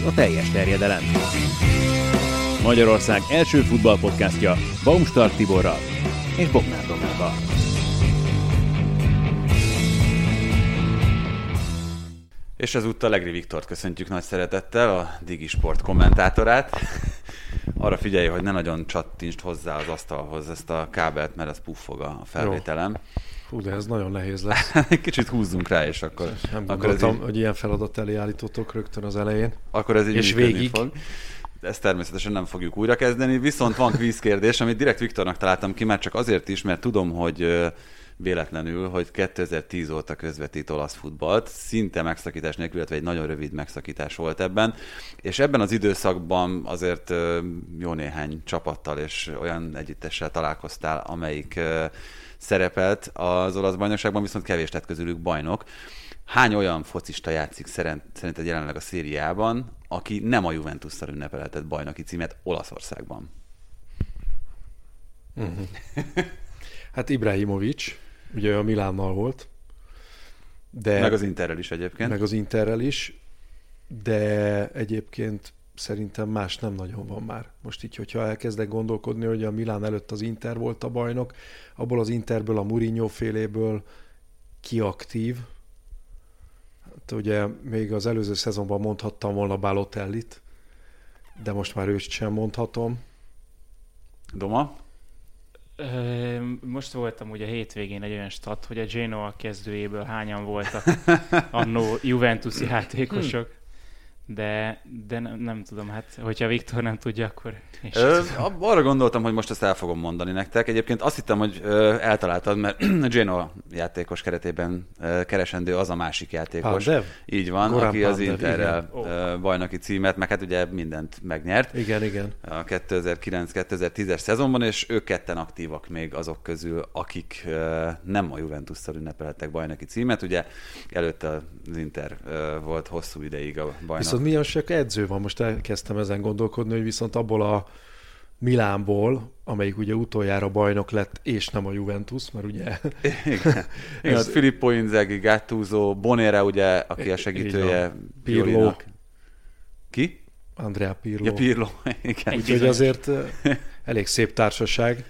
a teljes terjedelem. Magyarország első futballpodcastja Baumstark Tiborral és Bognár Domával. És ezúttal Legri Viktort köszöntjük nagy szeretettel, a Digi Sport kommentátorát. Arra figyelj, hogy ne nagyon csattintsd hozzá az asztalhoz ezt a kábelt, mert ez puffog a felvételem. Fú, de ez nagyon nehéz lesz. Kicsit húzzunk rá, és akkor... Nem gondoltam, hogy ilyen feladat elé állítottok rögtön az elején. Akkor ez így és végig fog. Ezt természetesen nem fogjuk újra kezdeni, viszont van kvízkérdés, amit direkt Viktornak találtam ki, már csak azért is, mert tudom, hogy véletlenül, hogy 2010 óta közvetít olasz futballt, szinte megszakítás nélkül, illetve egy nagyon rövid megszakítás volt ebben, és ebben az időszakban azért jó néhány csapattal és olyan együttessel találkoztál, amelyik szerepelt az olasz bajnokságban, viszont kevés lett közülük bajnok. Hány olyan focista játszik szerinted jelenleg a szériában, aki nem a Juventusszal ünnepelhetett bajnoki címet Olaszországban? Hát Ibrahimović, ugye a Milánnal volt. De meg az Interrel is egyébként. Meg az Interrel is, de egyébként szerintem más nem nagyon van már. Most így, hogyha elkezdek gondolkodni, hogy a Milán előtt az Inter volt a bajnok, abból az Interből, a Mourinho féléből ki aktív. Hát ugye még az előző szezonban mondhattam volna Balotellit, de most már őt sem mondhatom. Doma? Most voltam ugye a hétvégén egy olyan stat, hogy a Genoa kezdőjéből hányan voltak annó Juventusi játékosok, de nem tudom, hát hogyha Viktor nem tudja, akkor én arra gondoltam, hogy most ezt el fogom mondani nektek. Egyébként azt hittem, hogy eltaláltad, mert a Genoa játékos keretében keresendő az a másik játékos. Pandev? Így van, Goran aki az Pandev, Interrel bajnoki címet, meg hát ugye mindent megnyert. Igen. A 2009-2010-es szezonban, és ők ketten aktívak még azok közül, akik nem a Juventusszal ünnepelhettek bajnoki címet. Ugye előtte az Inter volt hosszú ideig a bajnok. Viszont milyen sok edző van? Most elkezdtem ezen gondolkodni, hogy viszont abból a Milánból, amelyik ugye utoljára bajnok lett, és nem a Juventus, mert ugye... Igen, Filippo Inzaghi, Gattuso, Bonera ugye, aki a segítője Pirlo. Ki? Andrea Pirlo. Ja, Pirlo, igen. Úgyhogy azért elég szép társaság,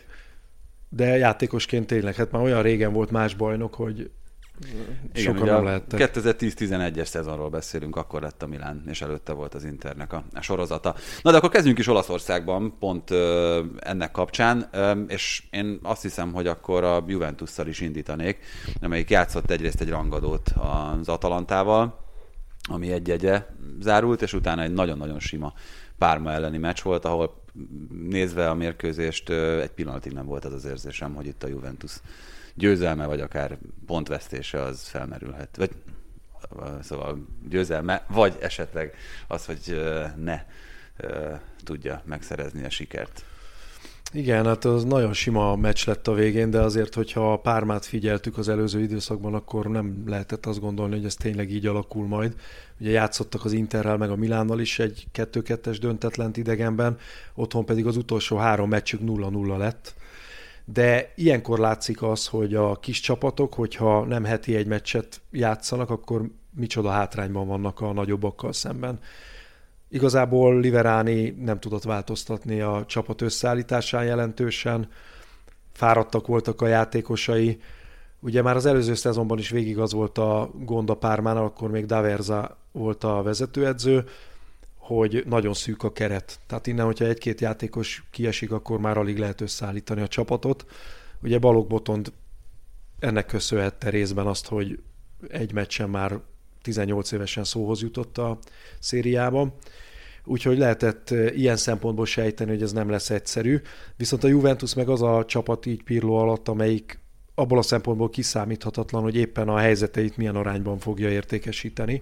de játékosként tényleg, hát már olyan régen volt más bajnok, hogy igen, sokan nem lehettek. 2010-11-es szezonról beszélünk, akkor lett a Milán, és előtte volt az Internek a sorozata. Na de akkor kezdjünk is Olaszországban, pont ennek kapcsán, és én azt hiszem, hogy akkor a Juventusszal is indítanék, amelyik játszott egyrészt egy rangadót az Atalantával, ami 1-1 zárult, és utána egy nagyon-nagyon sima Parma elleni meccs volt, ahol nézve a mérkőzést egy pillanatig nem volt az az érzésem, hogy itt a Juventus győzelme, vagy akár pontvesztése az felmerülhet. Vagy, szóval győzelme, vagy esetleg az, hogy ne tudja megszerezni a sikert. Igen, hát az nagyon sima meccs lett a végén, de azért, hogyha a Parmát figyeltük az előző időszakban, akkor nem lehetett azt gondolni, hogy ez tényleg így alakul majd. Ugye játszottak az Interrel meg a Milánnal is egy 2-2-es döntetlent idegenben, otthon pedig az utolsó 3 meccsük 0-0 lett. De ilyenkor látszik az, hogy a kis csapatok, hogyha nem heti egy meccset játszanak, akkor micsoda hátrányban vannak a nagyobbakkal szemben. Igazából Liverani nem tudott változtatni a csapat összeállításán jelentősen, fáradtak voltak a játékosai. Ugye már az előző szezonban is végig az volt a gond a Parmánál, akkor még D'Aversa volt a vezetőedző, hogy nagyon szűk a keret. Tehát innen, hogyha egy-két játékos kiesik, akkor már alig lehet összeállítani a csapatot. Ugye Balogh Botond ennek köszönhette részben azt, hogy egy meccsen már 18 évesen szóhoz jutott a szériában. Úgyhogy lehetett ilyen szempontból sejteni, hogy ez nem lesz egyszerű. Viszont a Juventus meg az a csapat így Pirlo alatt, amelyik abból a szempontból kiszámíthatatlan, hogy éppen a helyzeteit milyen arányban fogja értékesíteni.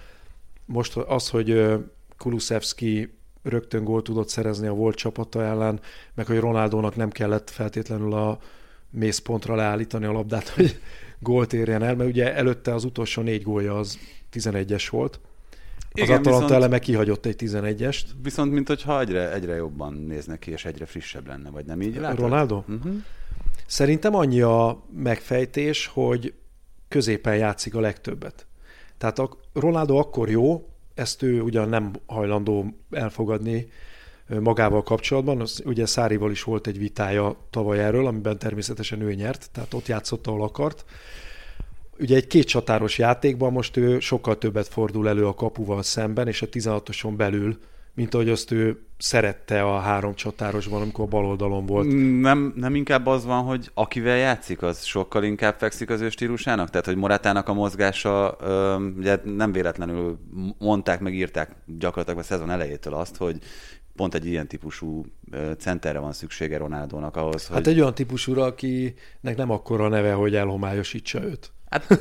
Most az, hogy Kulusevski rögtön gólt tudott szerezni a volt csapata ellen, meg hogy Ronaldónak nem kellett feltétlenül a mészpontra leállítani a labdát, hogy gólt érjen el, mert ugye előtte az utolsó 4 gólja az 11-es volt. Az Atalanta eleme kihagyott egy 11-est. Viszont minthogyha egyre jobban néznek ki, és egyre frissebb lenne, vagy nem így látod? Ronaldo? Szerintem annyi a megfejtés, hogy középen játszik a legtöbbet. Tehát a Ronaldo akkor jó, ezt ő ugyan nem hajlandó elfogadni magával kapcsolatban. Ugye Szárival is volt egy vitája tavaly erről, amiben természetesen ő nyert, tehát ott játszott, ahol akart. Ugye egy 2 csatáros játékban most ő sokkal többet fordul elő a kapuval szemben, és a 16-oson belül, mint ahogy azt ő szerette a 3 csatárosban, amikor a bal oldalon volt. Nem inkább az van, hogy akivel játszik, az sokkal inkább fekszik az ő stílusának? Tehát, hogy Moratának a mozgása, ugye nem véletlenül mondták, meg írták gyakorlatilag a szezon elejétől azt, hogy pont egy ilyen típusú centerre van szüksége Ronaldónak ahhoz, hogy... Hát egy olyan típusúra, akinek nem akkora a neve, hogy elhomályosítsa őt. Hát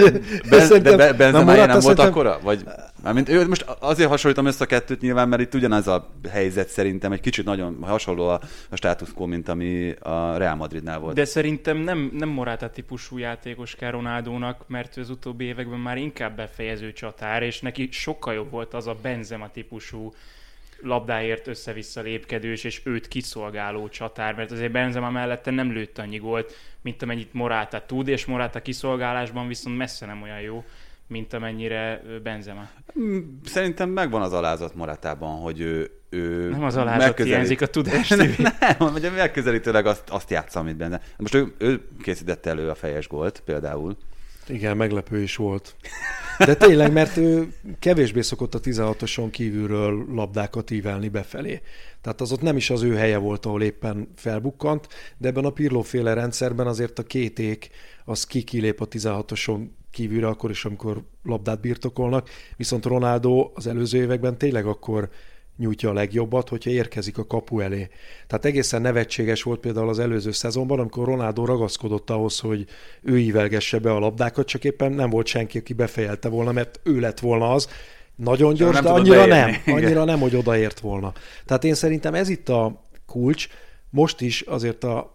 Benzema nem volt akkora? Vagy, most azért hasonlítom össze a kettőt nyilván, mert itt ugyanaz a helyzet szerintem, egy kicsit nagyon hasonló a status quo, mint ami a Real Madridnál volt. De szerintem nem Morata típusú játékos kell Ronaldónak, mert ő az utóbbi években már inkább befejező csatár, és neki sokkal jobb volt az a Benzema típusú labdáért össze-vissza lépkedős és őt kiszolgáló csatár, mert azért Benzema mellette nem lőtt annyi gólt, mint amennyit Morata tud, és Morata kiszolgálásban viszont messze nem olyan jó, mint amennyire Benzema. Szerintem megvan az alázat Moratában, hogy ő nem az alázat hiányzik, a tudás. Nem, ugye megközelítőleg azt játsza, amit benne. Most ő készítette elő a fejes gólt például. Igen, meglepő is volt. De tényleg, mert ő kevésbé szokott a 16-oson kívülről labdákat ívelni befelé. Tehát az ott nem is az ő helye volt, ahol éppen felbukkant, de ebben a Pirlo-féle rendszerben azért a 2 ék az kilép a 16-oson kívülre akkor is, amikor labdát birtokolnak, viszont Ronaldo az előző években tényleg akkor nyújtja a legjobbat, hogyha érkezik a kapu elé. Tehát egészen nevetséges volt például az előző szezonban, amikor Ronaldo ragaszkodott ahhoz, hogy ő ívelgesse be a labdákat, csak éppen nem volt senki, aki befejelte volna, mert ő lett volna az. Nagyon gyors, de annyira nem, hogy odaért volna. Tehát én szerintem ez itt a kulcs. Most is azért a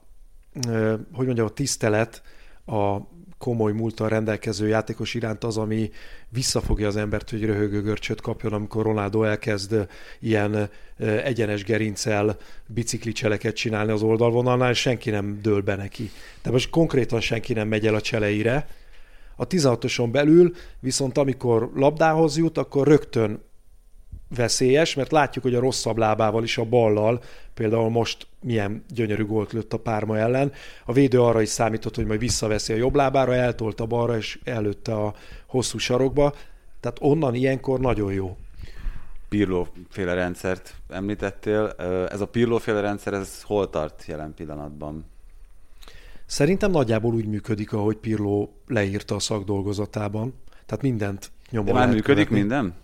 tisztelet a komoly múlttal rendelkező játékos iránt az, ami visszafogja az embert, hogy röhögő görcsöt kapjon, amikor Ronaldo elkezd ilyen egyenes gerinccel biciklicseleket csinálni az oldalvonalnál, és senki nem dől be neki. De most konkrétan senki nem megy el a cseleire. A 16-oson belül viszont amikor labdához jut, akkor rögtön veszélyes, mert látjuk, hogy a rosszabb lábával is, a ballal, például most milyen gyönyörű gólt lőtt a Parma ellen. A védő arra is számított, hogy majd visszaveszi a jobb lábára, eltolta balra, és előtte a hosszú sarokba. Tehát onnan ilyenkor nagyon jó. Pirlo-féle rendszert említettél. Ez a Pirlo-féle rendszer, ez hol tart jelen pillanatban? Szerintem nagyjából úgy működik, ahogy Pirlo leírta a szakdolgozatában. Tehát mindent nyomon lehet működik követni. Minden?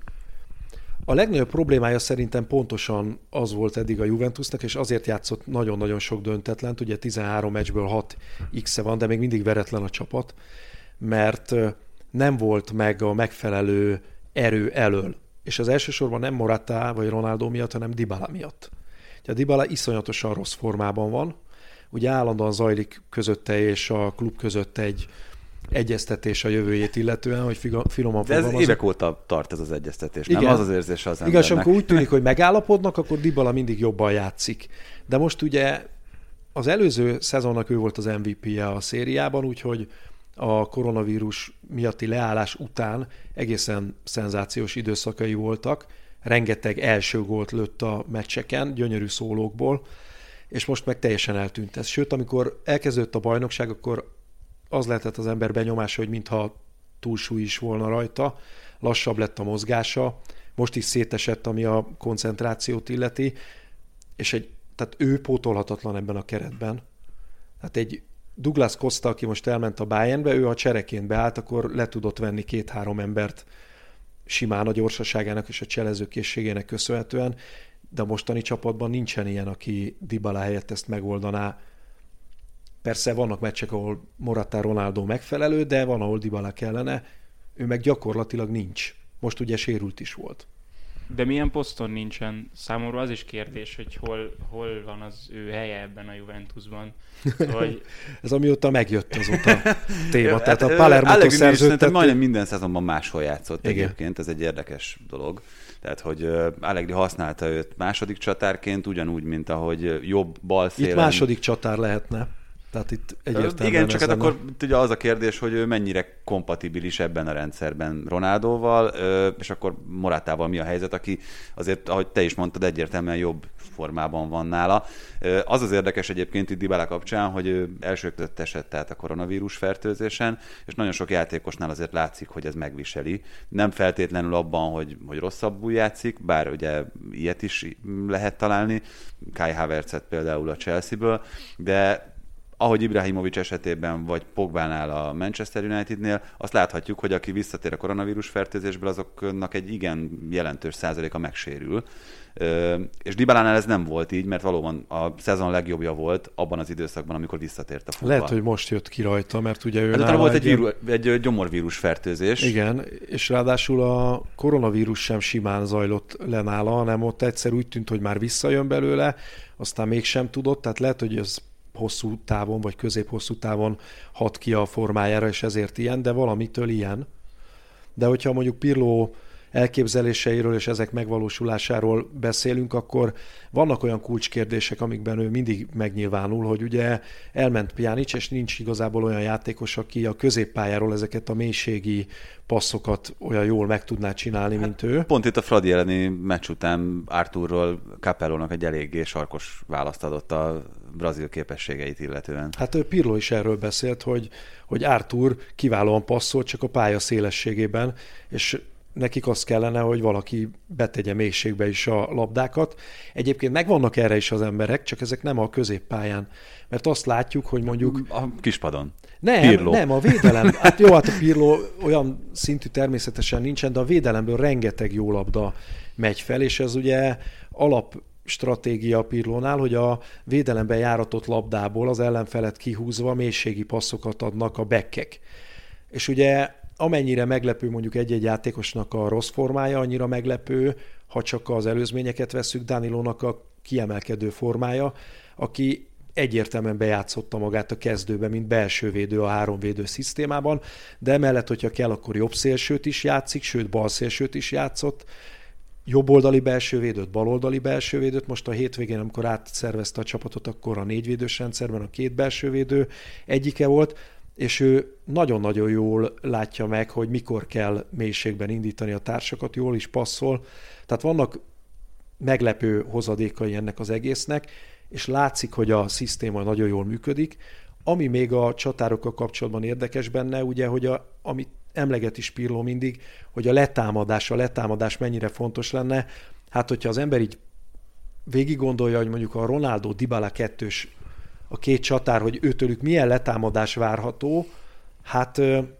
A legnagyobb problémája szerintem pontosan az volt eddig a Juventusnak, és azért játszott nagyon-nagyon sok döntetlent, ugye 13 meccsből 6 X-e van, de még mindig veretlen a csapat, mert nem volt meg a megfelelő erő elől. És az elsősorban nem Morata vagy Ronaldo miatt, hanem Dybala miatt. A Dybala iszonyatosan rossz formában van, ugye állandóan zajlik közötte és a klub között egy egyeztetés a jövőjét illetően, hogy finoman de ez évek óta tart ez az egyeztetés, igen. Nem az érzés az embernek. Igen, amikor úgy tűnik, hogy megállapodnak, akkor Dybala mindig jobban játszik. De most ugye az előző szezonnak ő volt az MVP-je a szériában, úgyhogy a koronavírus miatti leállás után egészen szenzációs időszakai voltak. Rengeteg első gólt lőtt a meccseken, gyönyörű szólókból, és most meg teljesen eltűnt ez. Sőt, amikor elkezdődött a bajnokság, akkor az lehetett az ember benyomása, hogy mintha túlsúly is volna rajta, lassabb lett a mozgása, most is szétesett, ami a koncentrációt illeti, és tehát ő pótolhatatlan ebben a keretben. Tehát egy Douglas Costa, aki most elment a Bayernbe, ő ha csereként beállt, akkor le tudott venni 2-3 embert simán a gyorsaságának és a cselezőkészségének köszönhetően, de a mostani csapatban nincsen ilyen, aki Dybala helyett ezt megoldaná. Persze vannak meccsek, ahol Morata, Ronaldo megfelelő, de van, ahol Dybala kellene, ő meg gyakorlatilag nincs. Most ugye sérült is volt. De milyen poszton nincsen? Számomra az is kérdés, hogy hol van az ő helye ebben a Juventusban. Vagy... Ez amióta megjött azóta téma. Tehát a Palermo-tól szerződtették. Majdnem minden szezonban máshol játszott egyébként, ez egy érdekes dolog. Tehát, hogy Allegri használta őt második csatárként, ugyanúgy, mint ahogy jobb bal szélen. Itt második csatár lehetne. Tehát itt egyértelműen igen, csak hát akkor ugye az a kérdés, hogy ő mennyire kompatibilis ebben a rendszerben Ronaldóval, és akkor Moratával mi a helyzet, aki azért, ahogy te is mondtad, egyértelműen jobb formában van nála. Az az érdekes egyébként itt Dybala kapcsán, hogy ő első között esett át a koronavírus fertőzésen, és nagyon sok játékosnál azért látszik, hogy ez megviseli. Nem feltétlenül abban, hogy rosszabbul játszik, bár ugye ilyet is lehet találni, Kai Havertzet például a Chelsea-ből, de ahogy Ibrahimovic esetében, vagy Pogbánál a Manchester Unitednél, azt láthatjuk, hogy aki visszatér a koronavírus fertőzésből, azoknak egy igen jelentős százaléka megsérül. És Dybalánál ez nem volt így, mert valóban a szezon legjobbja volt abban az időszakban, amikor visszatért a futball. Lehet, hogy most jött ki rajta, mert ugye ő nála volt egy gyomorvírus fertőzés. Igen, és ráadásul a koronavírus sem simán zajlott le nála, hanem ott egyszer úgy tűnt, hogy már visszajön belőle, aztán mégsem tudott, tehát lehet, hogy ez hosszú távon, vagy közép-hosszú távon hat ki a formájára, és ezért ilyen, de valamitől ilyen. De hogyha mondjuk Pirlo elképzeléseiről és ezek megvalósulásáról beszélünk, akkor vannak olyan kulcskérdések, amikben ő mindig megnyilvánul, hogy ugye elment Pjanic, és nincs igazából olyan játékos, aki a középpályáról ezeket a mélységi passzokat olyan jól meg tudná csinálni, mint ő. Pont itt a Fradi elleni meccs után Arthurról Capellónak egy eléggé sarkos választ adott a brazil képességeit illetően. Hát Pirlo is erről beszélt, hogy Arthur kiválóan passzolt, csak a pálya szélességében, és nekik az kellene, hogy valaki betegye mélységbe is a labdákat. Egyébként megvannak erre is az emberek, csak ezek nem a középpályán. Mert azt látjuk, hogy mondjuk... A kispadon. Nem, a védelem. Hát jó, hát a Pirlo olyan szintű természetesen nincsen, de a védelemből rengeteg jó labda megy fel, és ez ugye alapstratégia a Pirlónál, hogy a védelemben járatott labdából az ellenfelet kihúzva mélységi passzokat adnak a backek. És ugye amennyire meglepő mondjuk egy-egy játékosnak a rossz formája, annyira meglepő, ha csak az előzményeket vesszük, Danilónak a kiemelkedő formája, aki egyértelműen bejátszotta magát a kezdőbe, mint belső védő a háromvédő szisztémában, de emellett, hogyha kell, akkor jobb szélsőt is játszik, sőt bal szélsőt is játszott, jobboldali belsővédőt, baloldali belsővédőt, most a hétvégén, amikor átszervezte a csapatot, akkor a négyvédős rendszerben a két belsővédő egyike volt, és ő nagyon-nagyon jól látja meg, hogy mikor kell mélységben indítani a társakat, jól is passzol. Tehát vannak meglepő hozadékai ennek az egésznek, és látszik, hogy a szisztéma nagyon jól működik. Ami még a csatárokkal kapcsolatban érdekes benne, ugye, hogy amit emleget is Pirlo mindig, hogy a letámadás mennyire fontos lenne. Hát, hogyha az ember így végig gondolja, hogy mondjuk a Ronaldo, Dybala kettős a két csatár, hogy őtőlük milyen letámadás várható, hát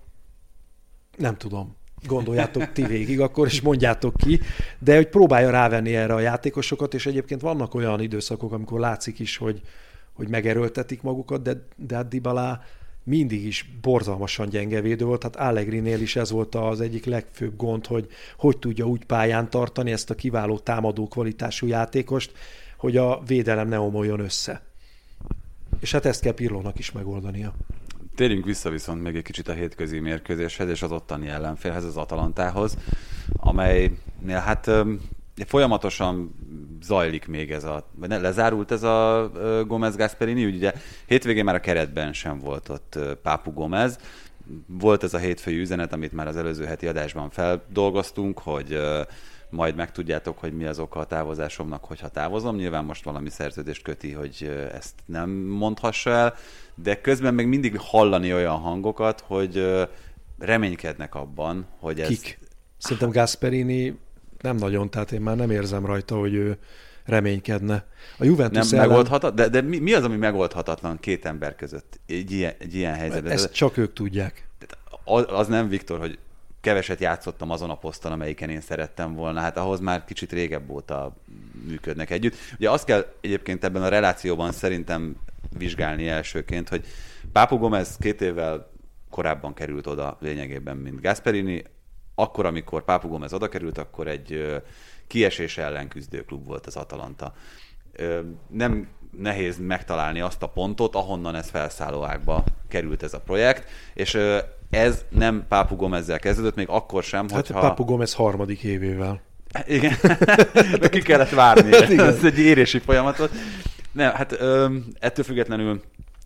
nem tudom, gondoljátok ti végig, akkor is mondjátok ki, de hogy próbálja rávenni erre a játékosokat, és egyébként vannak olyan időszakok, amikor látszik is, hogy megerőltetik magukat, de hát Dybala mindig is borzalmasan gyenge védő volt, hát Allegrinél is ez volt az egyik legfőbb gond, hogy tudja úgy pályán tartani ezt a kiváló támadó kvalitású játékost, hogy a védelem ne omoljon össze. És hát ezt kell Pirlónak is megoldania. Térjünk vissza viszont még egy kicsit a hétközi mérkőzéshez és az ottani ellenfélhez, az Atalantához, amelynél hát folyamatosan zajlik még lezárult ez a Gomez-Gasperini, ugye hétvégén már a keretben sem volt ott Papu Gomez. Volt ez a hétfői üzenet, amit már az előző heti adásban feldolgoztunk, hogy majd megtudjátok, hogy mi az oka a távozásomnak, hogyha távozom. Nyilván most valami szerződést köti, hogy ezt nem mondhassa el, de közben még mindig hallani olyan hangokat, hogy reménykednek abban, hogy ez... Kik? Szerintem Gasperini nem nagyon, tehát én már nem érzem rajta, hogy ő reménykedne. A Juventus nem megoldhatatlan, de mi az, ami megoldhatatlan két ember között egy ilyen helyzetben? Ezt csak ők tudják. Az nem, Viktor, hogy keveset játszottam azon a poszton, amelyiken én szerettem volna. Hát ahhoz már kicsit régebb óta működnek együtt. Ugye azt kell egyébként ebben a relációban szerintem vizsgálni elsőként, hogy Papu Gomez 2 évvel korábban került oda lényegében, mint Gasperini. Akkor, amikor Papu Gomez oda került, akkor egy kiesés ellen küzdő klub volt az Atalanta. Nem nehéz megtalálni azt a pontot, ahonnan ez felszálló ágba került ez a projekt, és ez nem Papu Gomezzel kezdődött, még akkor sem, hogyha... Hát Papu Gomez 3. évével. Igen, de ki kellett várni. Ez egy érési folyamat volt. Nem, hát ettől függetlenül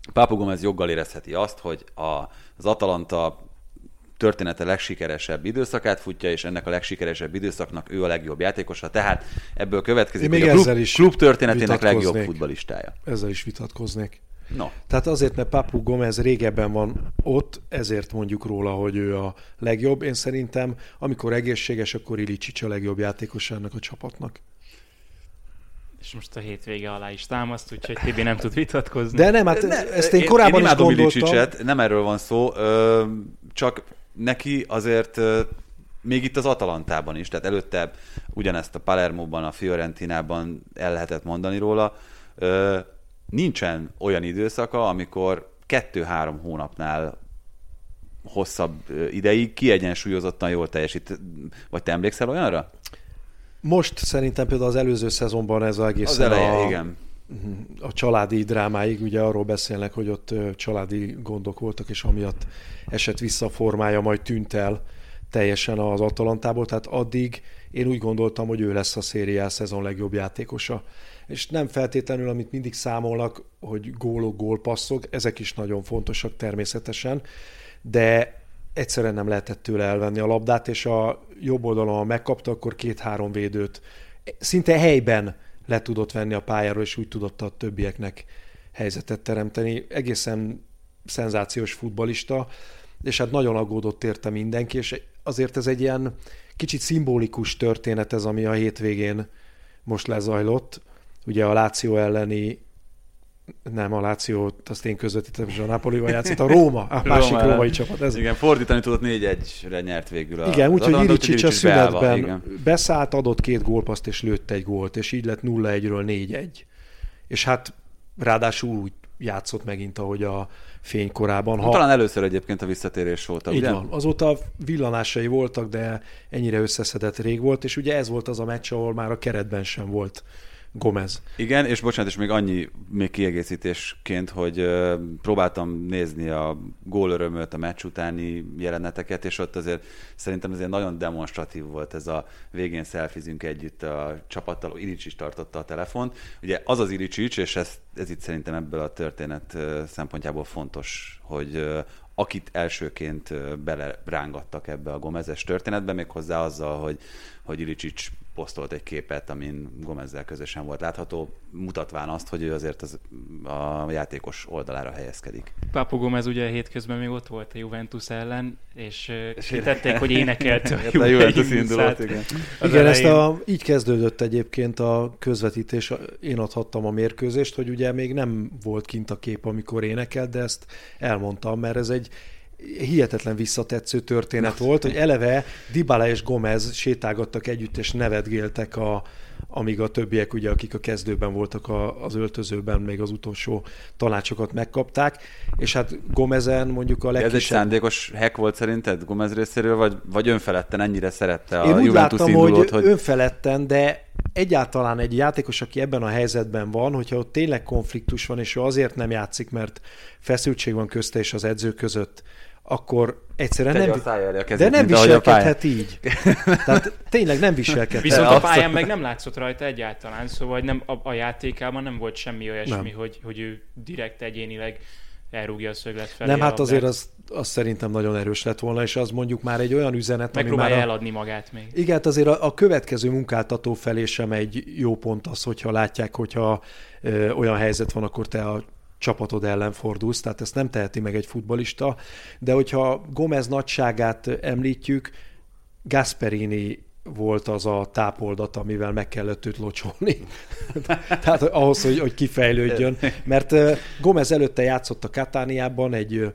Papu Gomez joggal érezheti azt, hogy az Atalanta története legsikeresebb időszakát futja, és ennek a legsikeresebb időszaknak ő a legjobb játékosa, tehát ebből következik, hogy a klub történetének legjobb futballistája. Ezzel is vitatkoznék. No. Tehát azért, mert Papu Gomez régebben van ott, ezért mondjuk róla, hogy ő a legjobb. Én szerintem, amikor egészséges, akkor Ilicic a legjobb játékos ennek a csapatnak. És most a hétvége alá is támaszt, úgyhogy Tibi nem tud vitatkozni. De nem, hát ezt én korábban is gondoltam. Ilicicet, nem erről van szó, csak neki azért még itt az Atalantában is, tehát előtte ugyanezt a Palermóban, a Fiorentinában el lehetett mondani róla, nincsen olyan időszaka, amikor 2-3 hónapnál hosszabb ideig kiegyensúlyozottan jól teljesít. Vagy te emlékszel olyanra? Most szerintem például az előző szezonban ez az egész igen. A családi drámáig, ugye arról beszélnek, hogy ott családi gondok voltak, és amiatt esett vissza a formája, majd tűnt el teljesen az Atalantából, tehát addig én úgy gondoltam, hogy ő lesz a Serie A szezon legjobb játékosa. És nem feltétlenül, amit mindig számolnak, hogy gólok, gólpasszok, ezek is nagyon fontosak természetesen, de egyszerűen nem lehetett tőle elvenni a labdát, és a jobb oldalon, ha megkapta, akkor 2-3 védőt szinte helyben le tudott venni a pályáról, és úgy tudott a többieknek helyzetet teremteni. Egészen szenzációs futballista, és hát nagyon aggódott érte mindenki, és azért ez egy ilyen kicsit szimbolikus történet ez, ami a hétvégén most lezajlott. Ugye a Lazio elleni, nem a Lációt, azt én közvetítem, és a Napolival játszott, a Róma, a másik római csapat. Ez. Igen, fordítani tudott 4-1-re nyert végül. Igen, úgyhogy Ilicic a szünetben beszállt, adott 2 gólpaszt, és lőtt egy gólt, és így lett 0-1-ről 4-1. És hát ráadásul úgy játszott megint, ahogy a fénykorában. Talán először egyébként a visszatérés volt. Így van. Azóta villanásai voltak, de ennyire összeszedett rég volt, és ugye ez volt az a meccs, ahol már a keretben sem volt Gomez. Igen, és bocsánat, és még annyi kiegészítésként, hogy próbáltam nézni a gólörömöt, a meccs utáni jeleneteket, és ott azért szerintem azért nagyon demonstratív volt ez a végén szelfizünk együtt a csapattal, Ilicic tartotta a telefont. Ugye az az Ilicic, és ez itt szerintem ebből a történet szempontjából fontos, hogy akit elsőként belerángattak ebbe a Gomezes történetbe, méghozzá azzal, hogy Ilicic posztolt egy képet, amin Gomezzel közösen volt látható, mutatván azt, hogy ő azért a játékos oldalára helyezkedik. Papu Gomez ugye hétközben még ott volt a Juventus ellen, és hitették, hogy énekelte a Juventus indulót. Igen, így kezdődött egyébként a közvetítés. Én adhattam a mérkőzést, hogy ugye még nem volt kint a kép, amikor énekelt, de ezt elmondtam, mert ez egy hihetetlen visszatetsző történet volt, hogy eleve Dybala és Gomez sétálgattak együtt, és nevetgéltek, amíg a többiek, ugye, akik a kezdőben voltak az öltözőben, még az utolsó tanácsokat megkapták, és hát Gomezen mondjuk a legkisebb... Ez egy szándékos hack volt szerinted Gomez részéről, vagy önfeledten ennyire szerette a Juventus indulót? Én úgy láttam, hogy önfeledten, de egyáltalán egy játékos, aki ebben a helyzetben van, hogyha ott tényleg konfliktus van, és ő azért nem játszik, mert feszültség van közte és az edző között, akkor egyszerűen nem viselkedhet így. Tehát tényleg nem viselkedhet. Viszont a pályán meg nem látszott rajta egyáltalán, szóval nem, a játékában nem volt semmi olyasmi, hogy ő direkt egyénileg elrúgja a szöglet felé. Nem, hát azért az szerintem nagyon erős lett volna, és az mondjuk már egy olyan üzenet, megpróbálja eladni magát még. Igen, hát azért a következő munkáltató felé sem egy jó pont az, hogyha látják, hogyha olyan helyzet van, akkor te a csapatod ellen fordulsz, tehát ezt nem teheti meg egy futballista, de hogyha Gomez nagyságát említjük, Gasperini volt az a tápoldat, amivel meg kellett őt locsolni. Tehát ahhoz, hogy kifejlődjön. Mert Gomez előtte játszott a Cataniában, egy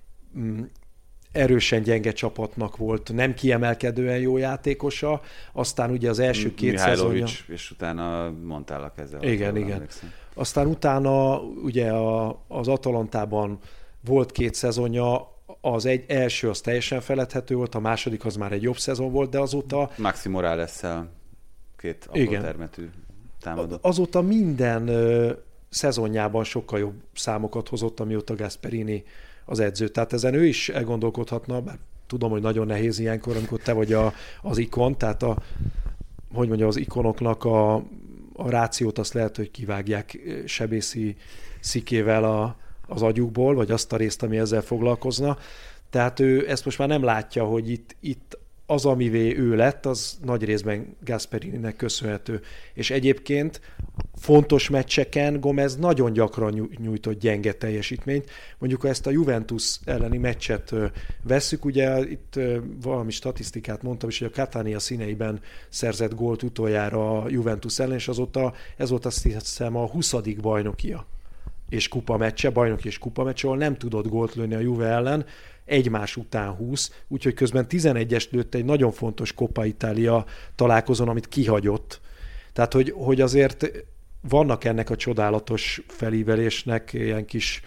erősen gyenge csapatnak volt, nem kiemelkedően jó játékosa, aztán ugye az első 2 szezonja... és utána mondtál a kezel. Igen. Aztán utána ugye az Atalantában volt 2 szezonja, az első az teljesen feledhető volt, a második az már egy jobb szezon volt, de azóta... Maxi Morales-szel 2 apró termetű támadó. Azóta minden szezonjában sokkal jobb számokat hozott, amióta Gasperini az edző. Tehát ezen ő is elgondolkodhatna, bár tudom, hogy nagyon nehéz ilyenkor, amikor te vagy az ikon, tehát az ikonoknak a rációt azt lehet, hogy kivágják sebészi szikével az agyukból, vagy azt a részt, ami ezzel foglalkozna. Tehát ő ezt most már nem látja, hogy itt az, amivé ő lett, az nagy részben Gasperininek köszönhető. És egyébként fontos meccseken Gomez nagyon gyakran nyújtott gyenge teljesítményt. Mondjuk, ha ezt a Juventus elleni meccset vesszük, ugye itt valami statisztikát mondtam is, hogy a Catania színeiben szerzett gólt utoljára a Juventus ellen, és azóta ez volt azt hiszem a 20. bajnokia és kupameccse, bajnoki és kupameccse, ahol nem tudott gólt lőni a Juve ellen, egymás után 20, úgyhogy közben 11-est lőtt egy nagyon fontos Coppa Italia találkozón, amit kihagyott. Tehát, hogy azért vannak ennek a csodálatos felívelésnek ilyen kis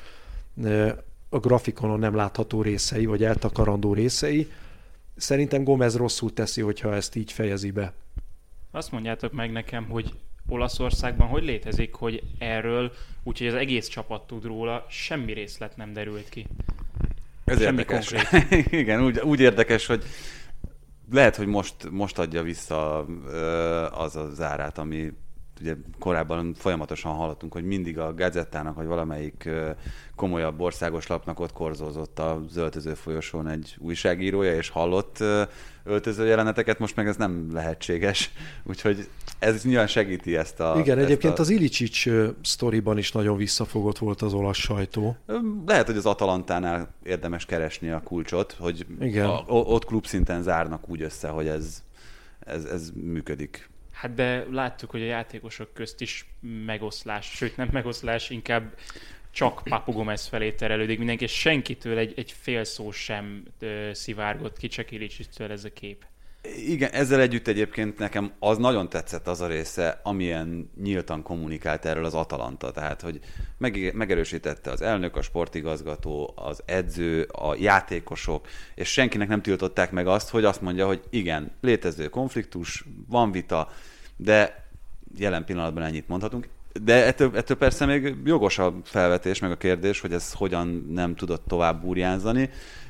a grafikonon nem látható részei, vagy eltakarandó részei. Szerintem Gomez rosszul teszi, hogyha ezt így fejezi be. Azt mondjátok meg nekem, hogy Olaszországban hogy létezik, hogy erről, úgyhogy az egész csapat tud róla, semmi részlet nem derült ki. Ez semmi érdekes. Igen, úgy érdekes, hogy lehet, hogy most adja vissza az a zárát, ami ugye korábban folyamatosan hallottunk, hogy mindig a Gazettának, vagy valamelyik komolyabb országos lapnak ott korzózott az öltöző folyosón egy újságírója, és hallott öltöző jeleneteket, most meg ez nem lehetséges. Úgyhogy ez nyilván segíti ezt a... Igen, egyébként az Ilicic sztoriban is nagyon visszafogott volt az olasz sajtó. Lehet, hogy az Atalantánál érdemes keresni a kulcsot, hogy ott klubszinten zárnak úgy össze, hogy ez működik. Hát de láttuk, hogy a játékosok közt is megoszlás, sőt nem megoszlás, inkább csak Papu Gomez felé terelődik mindenki, és senkitől egy fél szó sem szivárgott ki, csak Ilicitől ez a kép. Igen, ezzel együtt egyébként nekem az nagyon tetszett az a része, amilyen nyíltan kommunikált erről az Atalanta. Tehát, hogy megerősítette az elnök, a sportigazgató, az edző, a játékosok, és senkinek nem tiltották meg azt, hogy azt mondja, hogy igen, létező konfliktus, van vita, de jelen pillanatban ennyit mondhatunk. De ettől persze még jogos a felvetés, meg a kérdés, hogy ez hogyan nem tudott tovább burjánzani.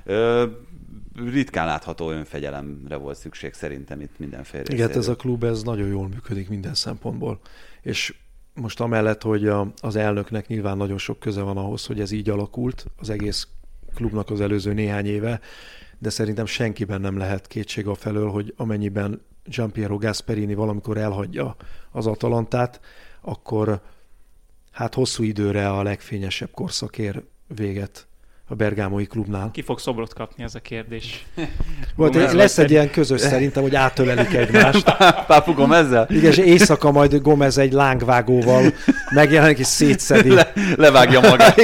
Ritkán látható önfegyelemre volt szükség szerintem itt mindenféle részéről. Igen, ez a klub ez nagyon jól működik minden szempontból. És most amellett, hogy az elnöknek nyilván nagyon sok köze van ahhoz, hogy ez így alakult, az egész klubnak az előző néhány éve, de szerintem senkiben nem lehet kétség a felől, hogy amennyiben Gianpiero Gasperini valamikor elhagyja az Atalantát, akkor hát hosszú időre a legfényesebb korszak ér véget a bergámoi klubnál. Ki fog szobrot kapni, ez a kérdés? Lesz egy ilyen közös szerintem, hogy átölelik egymást. Papu Gomezzel? Igen, és éjszaka majd Gomez egy lángvágóval megjelenik és szétszedi. Levágja magát.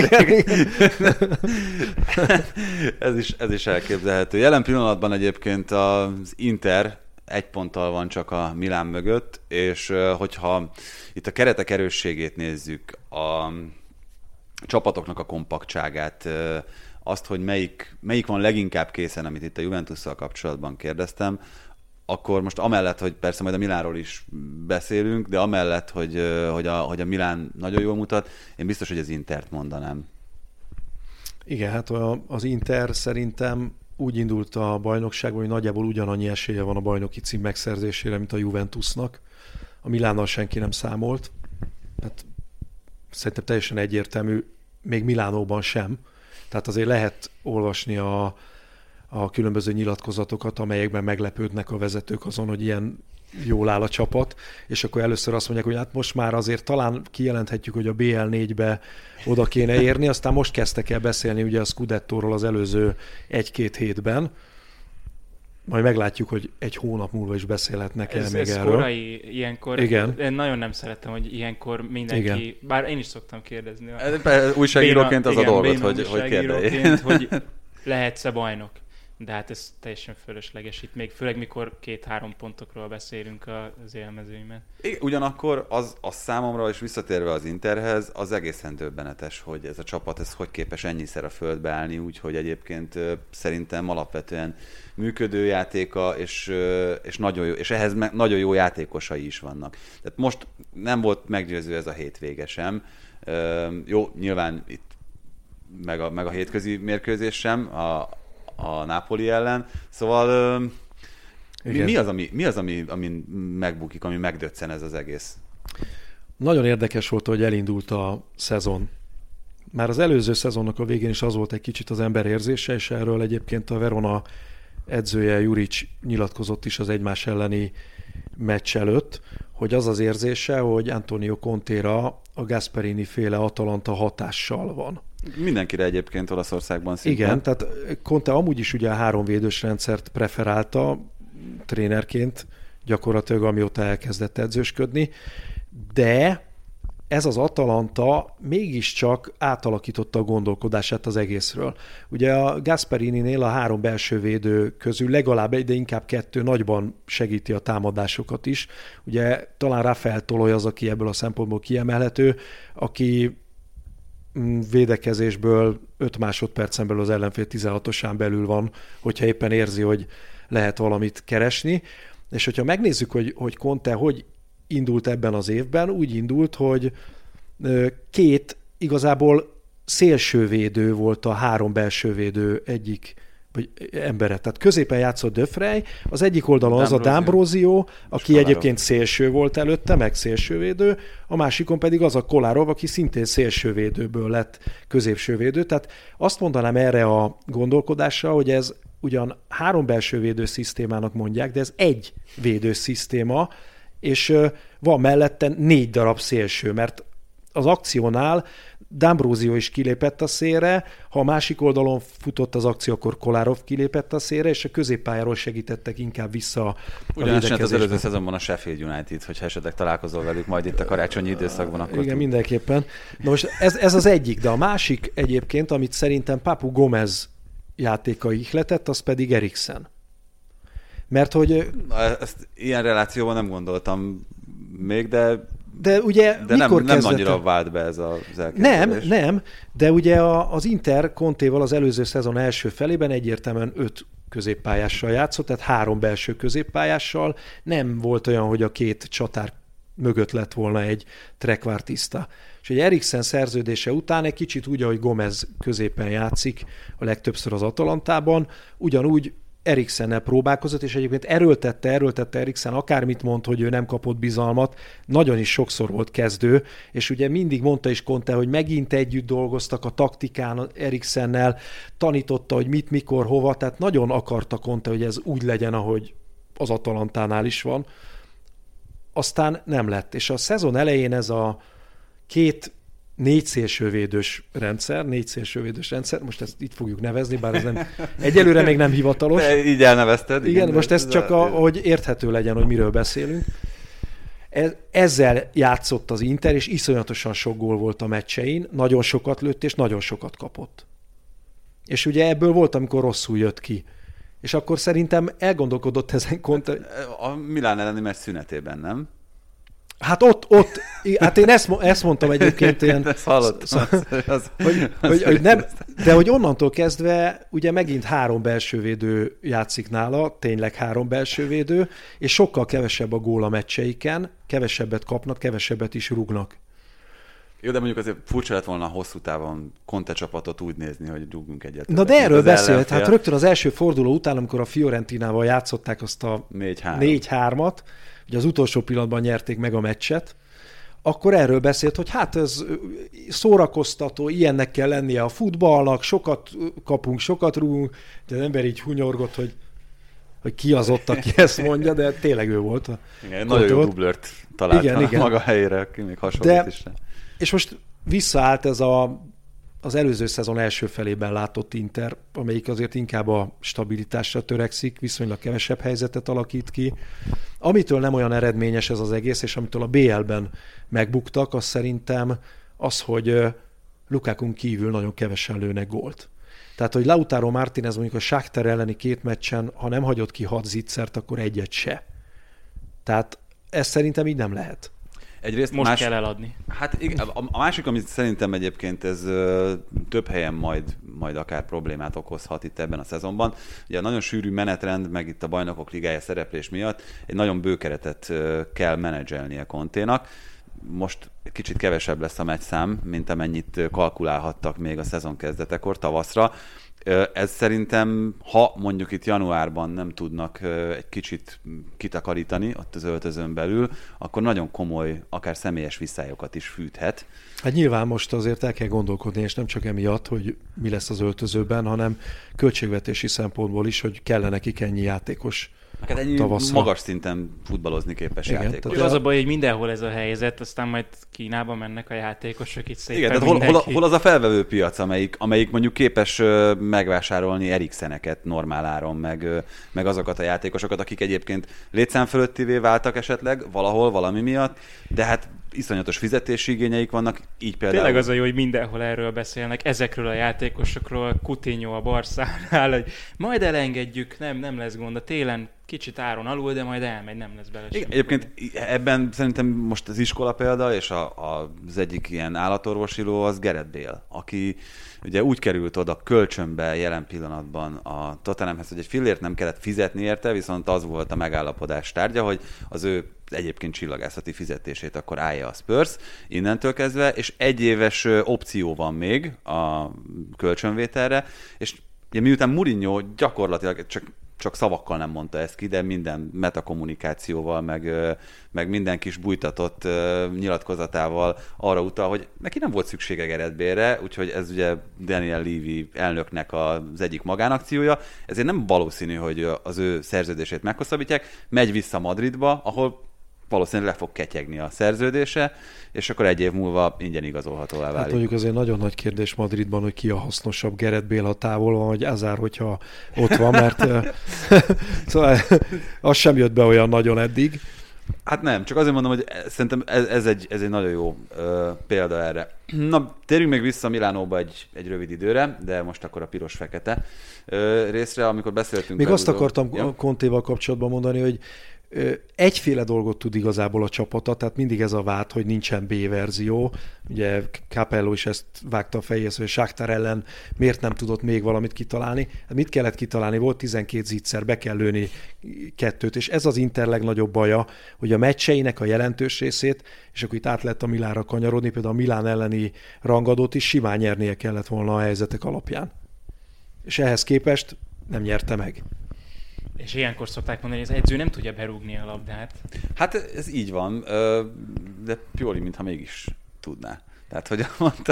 Ez is elképzelhető. Jelen pillanatban egyébként az Inter 1 ponttal van csak a Milán mögött, és hogyha itt a keretek erősségét nézzük, a csapatoknak a kompaktságát, azt, hogy melyik van leginkább készen, amit itt a Juventusszal kapcsolatban kérdeztem, akkor most amellett, hogy persze majd a Milánról is beszélünk, de amellett, hogy a Milán nagyon jól mutat, én biztos, hogy az Intert mondanám. Igen, hát az Inter szerintem úgy indult a bajnokságban, hogy nagyjából ugyanannyi esélye van a bajnoki cím megszerzésére, mint a Juventusnak. A Milánnal senki nem számolt. Hát szerintem teljesen egyértelmű, még Milánóban sem. Tehát azért lehet olvasni a különböző nyilatkozatokat, amelyekben meglepődnek a vezetők azon, hogy ilyen jól áll a csapat, és akkor először azt mondják, hogy hát most már azért talán kijelenthetjük, hogy a BL4-be oda kéne érni, aztán most kezdtek el beszélni ugye a Scudettóról az előző 1-2 hétben. Majd meglátjuk, hogy egy hónap múlva is beszélhetnek el még erről. Ez korai, ilyenkor. Igen. Én nagyon nem szeretem, hogy ilyenkor mindenki, igen. Bár én is szoktam kérdezni. Újságíróként az a dolgot, hogy kérdelj. Hogy lehetsz-e bajnok? De hát ez teljesen fölösleges itt, még főleg mikor 2-3 pontokról beszélünk az élmezőnyben. Ugyanakkor az számomra, és visszatérve az Interhez, az egészen döbbenetes, hogy ez a csapat ez hogy képes ennyiszer a földbe állni, úgyhogy egyébként szerintem alapvetően működő játéka, és nagyon jó, és ehhez nagyon jó játékosai is vannak. Tehát most nem volt meggyőző ez a hétvége sem. Jó, nyilván itt meg a hétközi mérkőzés sem, a Napoli ellen. Szóval mi az, ami megbukik, ami megdöccen ez az egész? Nagyon érdekes volt, hogy elindult a szezon Már az előző szezonnak a végén is az volt egy kicsit az ember érzése, és erről egyébként a Verona edzője Juric nyilatkozott is az egymás elleni meccs előtt, hogy az az érzése, hogy Antonio Contéra a Gasperini féle Atalanta hatással van. Mindenkire egyébként Olaszországban szinte. Igen, tehát Conte amúgy is ugye a 3 védős rendszert preferálta trénerként, gyakorlatilag amióta elkezdett edzősködni, de ez az Atalanta mégiscsak átalakította a gondolkodását az egészről. Ugye a Gasperininél a 3 belső védő közül legalább egy, de inkább 2 nagyban segíti a támadásokat is. Ugye talán Rafael Toloj az, aki ebből a szempontból kiemelhető, aki védekezésből 5 másodpercen belül az ellenfél 16-osán belül van, hogyha éppen érzi, hogy lehet valamit keresni. És hogyha megnézzük, hogy Conte hogy indult ebben az évben, úgy indult, hogy 2 igazából szélsővédő volt a 3 belsővédő egyik vagy embere. Tehát középen játszott De Vrij, az egyik oldalon az a D'Ambrosio, aki egyébként szélső volt előtte, meg szélsővédő, a másikon pedig az a Kolarov, aki szintén szélsővédőből lett középsővédő. Tehát azt mondanám erre a gondolkodásra, hogy ez ugyan 3 belsővédő szisztémának mondják, de ez egy védő szisztéma, és van mellette 4 darab szélső, mert az akciónál D'Ambrosio is kilépett a szélre, ha a másik oldalon futott az akció, akkor Kolarov kilépett a szélre, és a középpályáról segítettek inkább vissza a védekezésben. Az előző szezonban a Sheffield United, hogyha esetleg találkozol velük majd itt a karácsonyi időszakban, akkor... Igen, mindenképpen. Na most ez az egyik, de a másik egyébként, amit szerintem Papu Gomez játéka ihletett, az pedig Eriksen. Mert hogy... Ezt ilyen relációban nem gondoltam még, de ugye mikor nem annyira vált be ez az elképzelés. Nem, de ugye az Inter Contéval az előző szezon első felében egyértelműen 5 középpályással játszott, tehát 3 belső középpályással. Nem volt olyan, hogy a 2 csatár mögött lett volna egy trequartista. És egy Eriksen szerződése után egy kicsit úgy, ahogy Gomez középen játszik a legtöbbször az Atalantában, ugyanúgy Eriksennel próbálkozott, és egyébként erőltette Eriksen, akármit mond, hogy ő nem kapott bizalmat, nagyon is sokszor volt kezdő, és ugye mindig mondta is Conte, hogy megint együtt dolgoztak a taktikán Eriksennel, tanította, hogy mit, mikor, hova, tehát nagyon akarta Conte, hogy ez úgy legyen, ahogy az Atalantánál is van. Aztán nem lett, és a szezon elején ez a 4 szélsővédős rendszer, most ezt itt fogjuk nevezni, bár ez nem, egyelőre még nem hivatalos. De így elnevezted. Igen, most ez csak, hogy érthető legyen, hogy miről beszélünk. Ezzel játszott az Inter, és iszonyatosan sok gól volt a meccsein, nagyon sokat lőtt, és nagyon sokat kapott. És ugye ebből volt, amikor rosszul jött ki. És akkor szerintem elgondolkodott ezen Conte. A Milán elleni meccs szünetében, nem? Hát hát én ezt mondtam egyébként ilyen... Ezt hallottam. Hogy nem, de hogy onnantól kezdve ugye megint 3 belsővédő játszik nála, tényleg 3 belsővédő, és sokkal kevesebb a gól a meccseiken, kevesebbet kapnak, kevesebbet is rúgnak. Jó, de mondjuk azért furcsa lett volna hosszú távon Conte csapatot úgy nézni, hogy rúgunk egyet. Na de erről beszélt, hát rögtön az első forduló után, amikor a Fiorentinával játszották azt a 4-3-at, ugye az utolsó pillanatban nyerték meg a meccset, akkor erről beszélt, hogy hát ez szórakoztató, ilyennek kell lennie a futballnak, sokat kapunk, sokat rúgunk, de az ember így hunyorgott, hogy ki az ott, aki ezt mondja, de tényleg ő volt. Igen, nagyon jó dublört talált maga helyére, aki még hasonlít is. És most visszaállt ez az előző szezon első felében látott Inter, amelyik azért inkább a stabilitásra törekszik, viszonylag kevesebb helyzetet alakít ki. Amitől nem olyan eredményes ez az egész, és amitől a BL-ben megbuktak, az szerintem az, hogy Lukakun kívül nagyon kevesen lőnek gólt. Tehát, hogy Lautaro Martínez mondjuk a Shakhtar elleni 2 meccsen, ha nem hagyott ki 6 zicsert, akkor egyet se. Tehát ez szerintem így nem lehet. Egyrészt most kell eladni. Hát igen, a másik, amit szerintem egyébként ez több helyen majd akár problémát okozhat itt ebben a szezonban. Ugye a nagyon sűrű menetrend, meg itt a Bajnokok Ligája szereplés miatt egy nagyon bő keretet kell menedzselnie Conténak. Most kicsit kevesebb lesz a meccszám, mint amennyit kalkulálhattak még a szezon kezdetekor, tavaszra. Ez szerintem, ha mondjuk itt januárban nem tudnak egy kicsit kitakarítani ott az öltözön belül, akkor nagyon komoly, akár személyes viszályokat is fűthet. Hát nyilván most azért el kell gondolkodni, és nem csak emiatt, hogy mi lesz az öltözőben, hanem költségvetési szempontból is, hogy kellene nekik ennyi játékos. Hát ennyi magas szinten futballozni képes játékos. Az a baj, hogy mindenhol ez a helyzet, aztán majd Kínába mennek a játékosok itt szépen. Igen, tehát hol az a felvevő piac, amelyik mondjuk képes megvásárolni Erikseneket normál áron, meg azokat a játékosokat, akik egyébként létszám fölöttivé váltak esetleg valahol, valami miatt, de hát iszonyatos fizetési igényeik vannak, így például. Tényleg az a jó, hogy mindenhol erről beszélnek, ezekről a játékosokról, Coutinho a Barszánál, hogy majd elengedjük, nem lesz gond, a télen kicsit áron alul, de majd elmegy, nem lesz bele semmi. Egyébként ebben szerintem most az iskola példa, és az egyik ilyen állatorvosiló az Gareth Bale, aki ugye úgy került oda kölcsönbe jelen pillanatban a Tottenhamhez, hogy egy fillért nem kellett fizetni érte, viszont az volt a megállapodás tárgya, hogy az ő egyébként csillagászati fizetését akkor állja a Spurs innentől kezdve, és 1 éves opció van még a kölcsönvételre, és ugye miután Mourinho gyakorlatilag csak szavakkal nem mondta ezt ki, de minden metakommunikációval, meg minden kis bújtatott nyilatkozatával arra utal, hogy neki nem volt szüksége Gareth Bale-re, úgyhogy ez ugye Daniel Levy elnöknek az egyik magánakciója, ezért nem valószínű, hogy az ő szerződését meghosszabbítják, megy vissza Madridba, ahol valószínűleg le fog ketyegni a szerződése, és akkor 1 év múlva ingyen igazolhatóvá válik. Hát mondjuk azért nagyon nagy kérdés Madridban, hogy ki a hasznosabb, Gareth Bale, ha távol van, vagy Hazard, hogyha ott van, mert szóval az sem jött be olyan nagyon eddig. Hát nem, csak azért mondom, hogy szerintem ez egy nagyon jó példa erre. Na, térjünk még vissza Milánóba egy rövid időre, de most akkor a piros-fekete részre, amikor beszéltünk. Még azt akartam Contéval kapcsolatban mondani, hogy egyféle dolgot tud igazából a csapata, tehát mindig ez a vád, hogy nincsen B-verzió. Ugye Capello is ezt vágta a fejéhez, hogy a Shakhtar ellen miért nem tudott még valamit kitalálni. Mit kellett kitalálni? Volt 12 zicser, be kell lőni 2-t, és ez az Inter legnagyobb baja, hogy a meccseinek a jelentős részét, és akkor itt át lehet a Milánra kanyarodni, például a Milán elleni rangadót is simán nyernie kellett volna a helyzetek alapján. És ehhez képest nem nyerte meg. És ilyenkor szokták mondani, hogy az edző nem tudja berúgni a labdát. Hát ez így van, de Pioli mintha mégis tudná. Tehát, hogy mondta...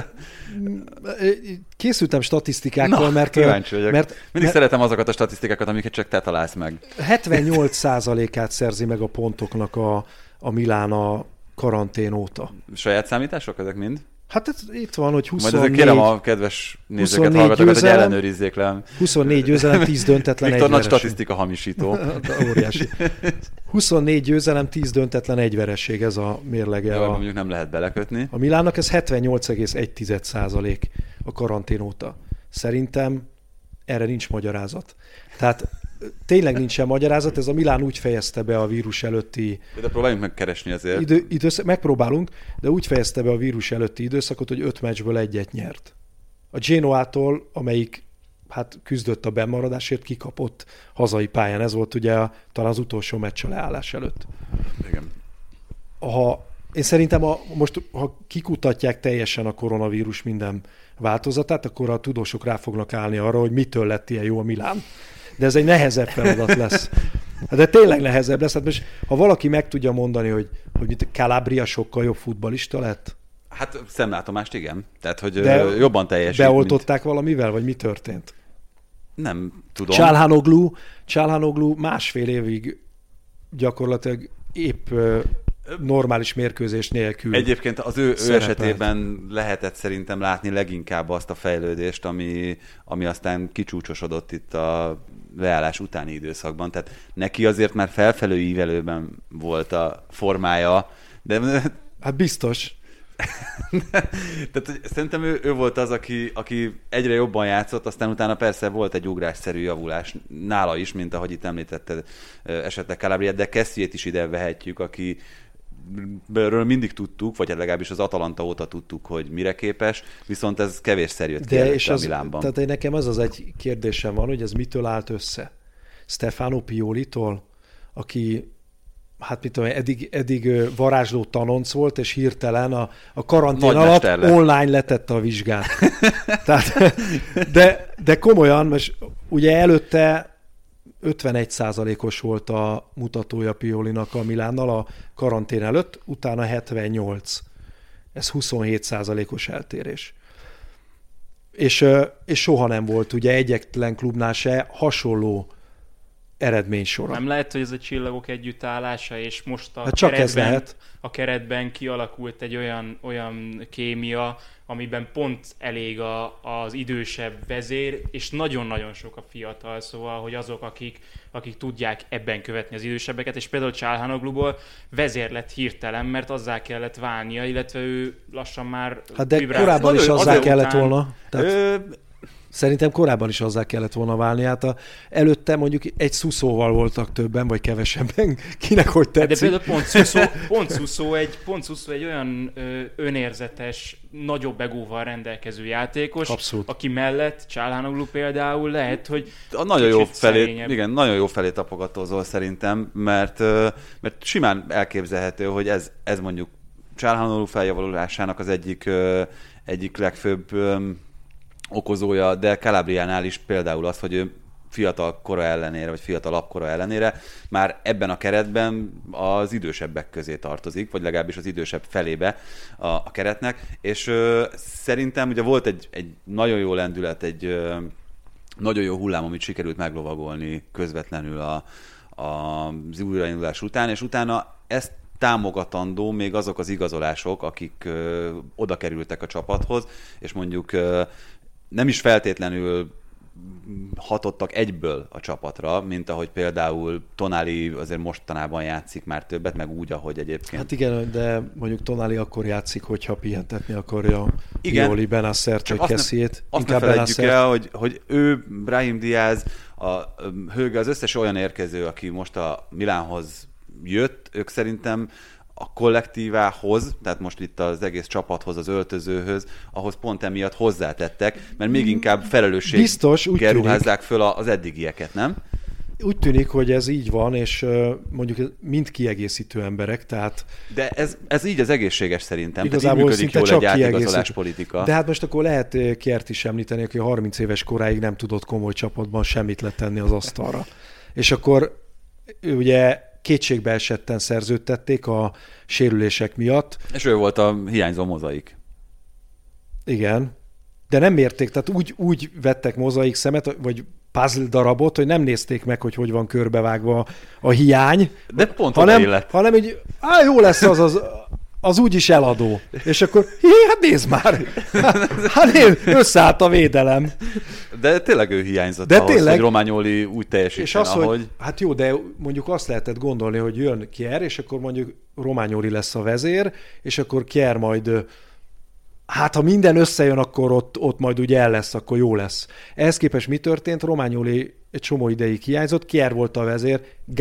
Készültem statisztikákkal, mert... kíváncsi vagyok. Mindig szeretem azokat a statisztikákat, amiket csak te találsz meg. 78%-át szerzi meg a pontoknak a Milán a karantén óta. Saját számítások ezek mind? Hát itt van, hogy 24... Majd ezért kérem a kedves nézőket, hallgatókat, hogy ellenőrizzék le. 24 győzelem, 10 döntetlen, 1 Viktor vereség. nagy statisztika hamisító. Óriási. 24 győzelem, 10 döntetlen, 1 vereség, ez a mérlege. Jó, mondjuk nem lehet belekötni. A Milánnak ez 78,1% a karantén óta. Szerintem erre nincs magyarázat. Tehát tényleg nincsen magyarázat, ez a Milán úgy fejezte be a vírus előtti... De próbáljunk megkeresni azért. Megpróbálunk, de úgy fejezte be a vírus előtti időszakot, hogy 5 meccsből 1-et nyert. A Genoától, amelyik küzdött a bennmaradásért, kikapott hazai pályán. Ez volt ugye talán az utolsó meccs a leállás előtt. Igen. Én szerintem most, ha kikutatják teljesen a koronavírus minden változatát, akkor a tudósok rá fognak állni arra, hogy mitől lett ilyen jó a Milán. De ez egy nehezebb feladat lesz. De tényleg nehezebb lesz. Hát most, ha valaki meg tudja mondani, hogy Calabria sokkal jobb futballista lett? Hát szemlátomást igen. Tehát, hogy jobban teljesít. Beoltották valamivel, vagy mi történt? Nem tudom. Çalhanoğlu 1,5 évig gyakorlatilag épp normális mérkőzés nélkül. Egyébként az ő esetében lehetett szerintem látni leginkább azt a fejlődést, ami aztán kicsúcsosodott itt a leállás utáni időszakban. Tehát neki azért már felfelő ívelőben volt a formája, de... Hát biztos. Tehát szerintem ő volt az, aki egyre jobban játszott, aztán utána persze volt egy ugrásszerű javulás nála is, mint ahogy itt említetted esetleg Calabriát, de Kessiét is ide vehetjük, aki ről mindig tudtuk, vagy legalábbis az Atalanta óta tudtuk, hogy mire képes, viszont ez kevésszer jött ki a Milánban. Tehát nekem az egy kérdésem van, hogy ez mitől állt össze? Stefano Piolitól, aki hát mit tudom, eddig varázsló tanonc volt, és hirtelen a karantén alatt online letette a vizsgát. Tehát, De komolyan, most ugye előtte 51%-os volt a mutatója Piolinak a Milánnal a karantén előtt, utána 78. Ez 27%-os eltérés. És soha nem volt ugye egyetlen klubnál se hasonló eredménysora. Nem lehet, hogy ez a csillagok együttállása, és most a keretben kialakult egy olyan kémia, amiben pont elég az idősebb vezér, és nagyon-nagyon sok a fiatal, szóval, hogy azok, akik tudják ebben követni az idősebbeket, és például Çalhanoğluból vezér lett hirtelen, mert azzá kellett válnia, illetve ő lassan már... Hát de korábban is azzá kellett volna. Szerintem korábban is azzá kellett volna válni. Hát előtte mondjuk egy Szuszóval voltak többen, vagy kevesebben. Kinek hogy tetszik. De például pont Szuszó egy olyan önérzetes, nagyobb egóval rendelkező játékos, abszolút. Aki mellett Çalhanoğlu például lehet, hogy nagyon jó felé tapogatózol szerintem, mert simán elképzelhető, hogy ez mondjuk Çalhanoğlu feljavalulásának az egyik legfőbb okozója, de Calabriánál is például az, hogy ő fiatal kora ellenére, vagy fiatalabb kora ellenére már ebben a keretben az idősebbek közé tartozik, vagy legalábbis az idősebb felébe a keretnek, és szerintem ugye volt egy nagyon jó lendület, egy nagyon jó hullám, amit sikerült meglovagolni közvetlenül az újraindulás után, és utána ezt támogatandó még azok az igazolások, akik oda kerültek a csapathoz, és mondjuk nem is feltétlenül hatottak egyből a csapatra, mint ahogy például Tonali azért mostanában játszik már többet, meg úgy, ahogy egyébként. Hát igen, de mondjuk Tonali akkor játszik, hogyha pihentetni akarja Pioli, Benassert vagy Kessiét. Azt ne felejtjük el, hogy ő, Brahim Diaz, a Höge, az összes olyan érkező, aki most a Milánhoz jött, ők szerintem a kollektívához, tehát most itt az egész csapathoz, az öltözőhöz, ahhoz pont emiatt hozzátettek, mert még inkább felelősséggel ruházzák föl az eddigieket, nem? Úgy tűnik, hogy ez így van, és mondjuk mind kiegészítő emberek, tehát... De ez így az egészséges szerintem. Igazából tehát így működik jól egy átigazolás politika. De hát most akkor lehet Kjert is említeni, aki 30 éves koráig nem tudott komoly csapatban semmit letenni az asztalra. És akkor ugye kétségbe esetten szerződtették a sérülések miatt. És ő volt a hiányzó mozaik. Igen, de nem mérték, tehát úgy vettek mozaik szemet, vagy puzzle darabot, hogy nem nézték meg, hogy van körbevágva a hiány. De pont hanem így, jó lesz az úgyis eladó. És akkor, hát nézd már! Hát összeállt a védelem. De tényleg ő hiányzott ahhoz, hogy Romagnoli úgy teljesítsen, ahogy... Hát jó, de mondjuk azt lehetett gondolni, hogy jön Kjær, és akkor mondjuk Romagnoli lesz a vezér, és akkor Kjær majd... Hát ha minden összejön, akkor ott majd ugye el lesz, akkor jó lesz. Ehhez képest mi történt? Romagnoli egy csomó ideig hiányzott, Kjær volt a vezér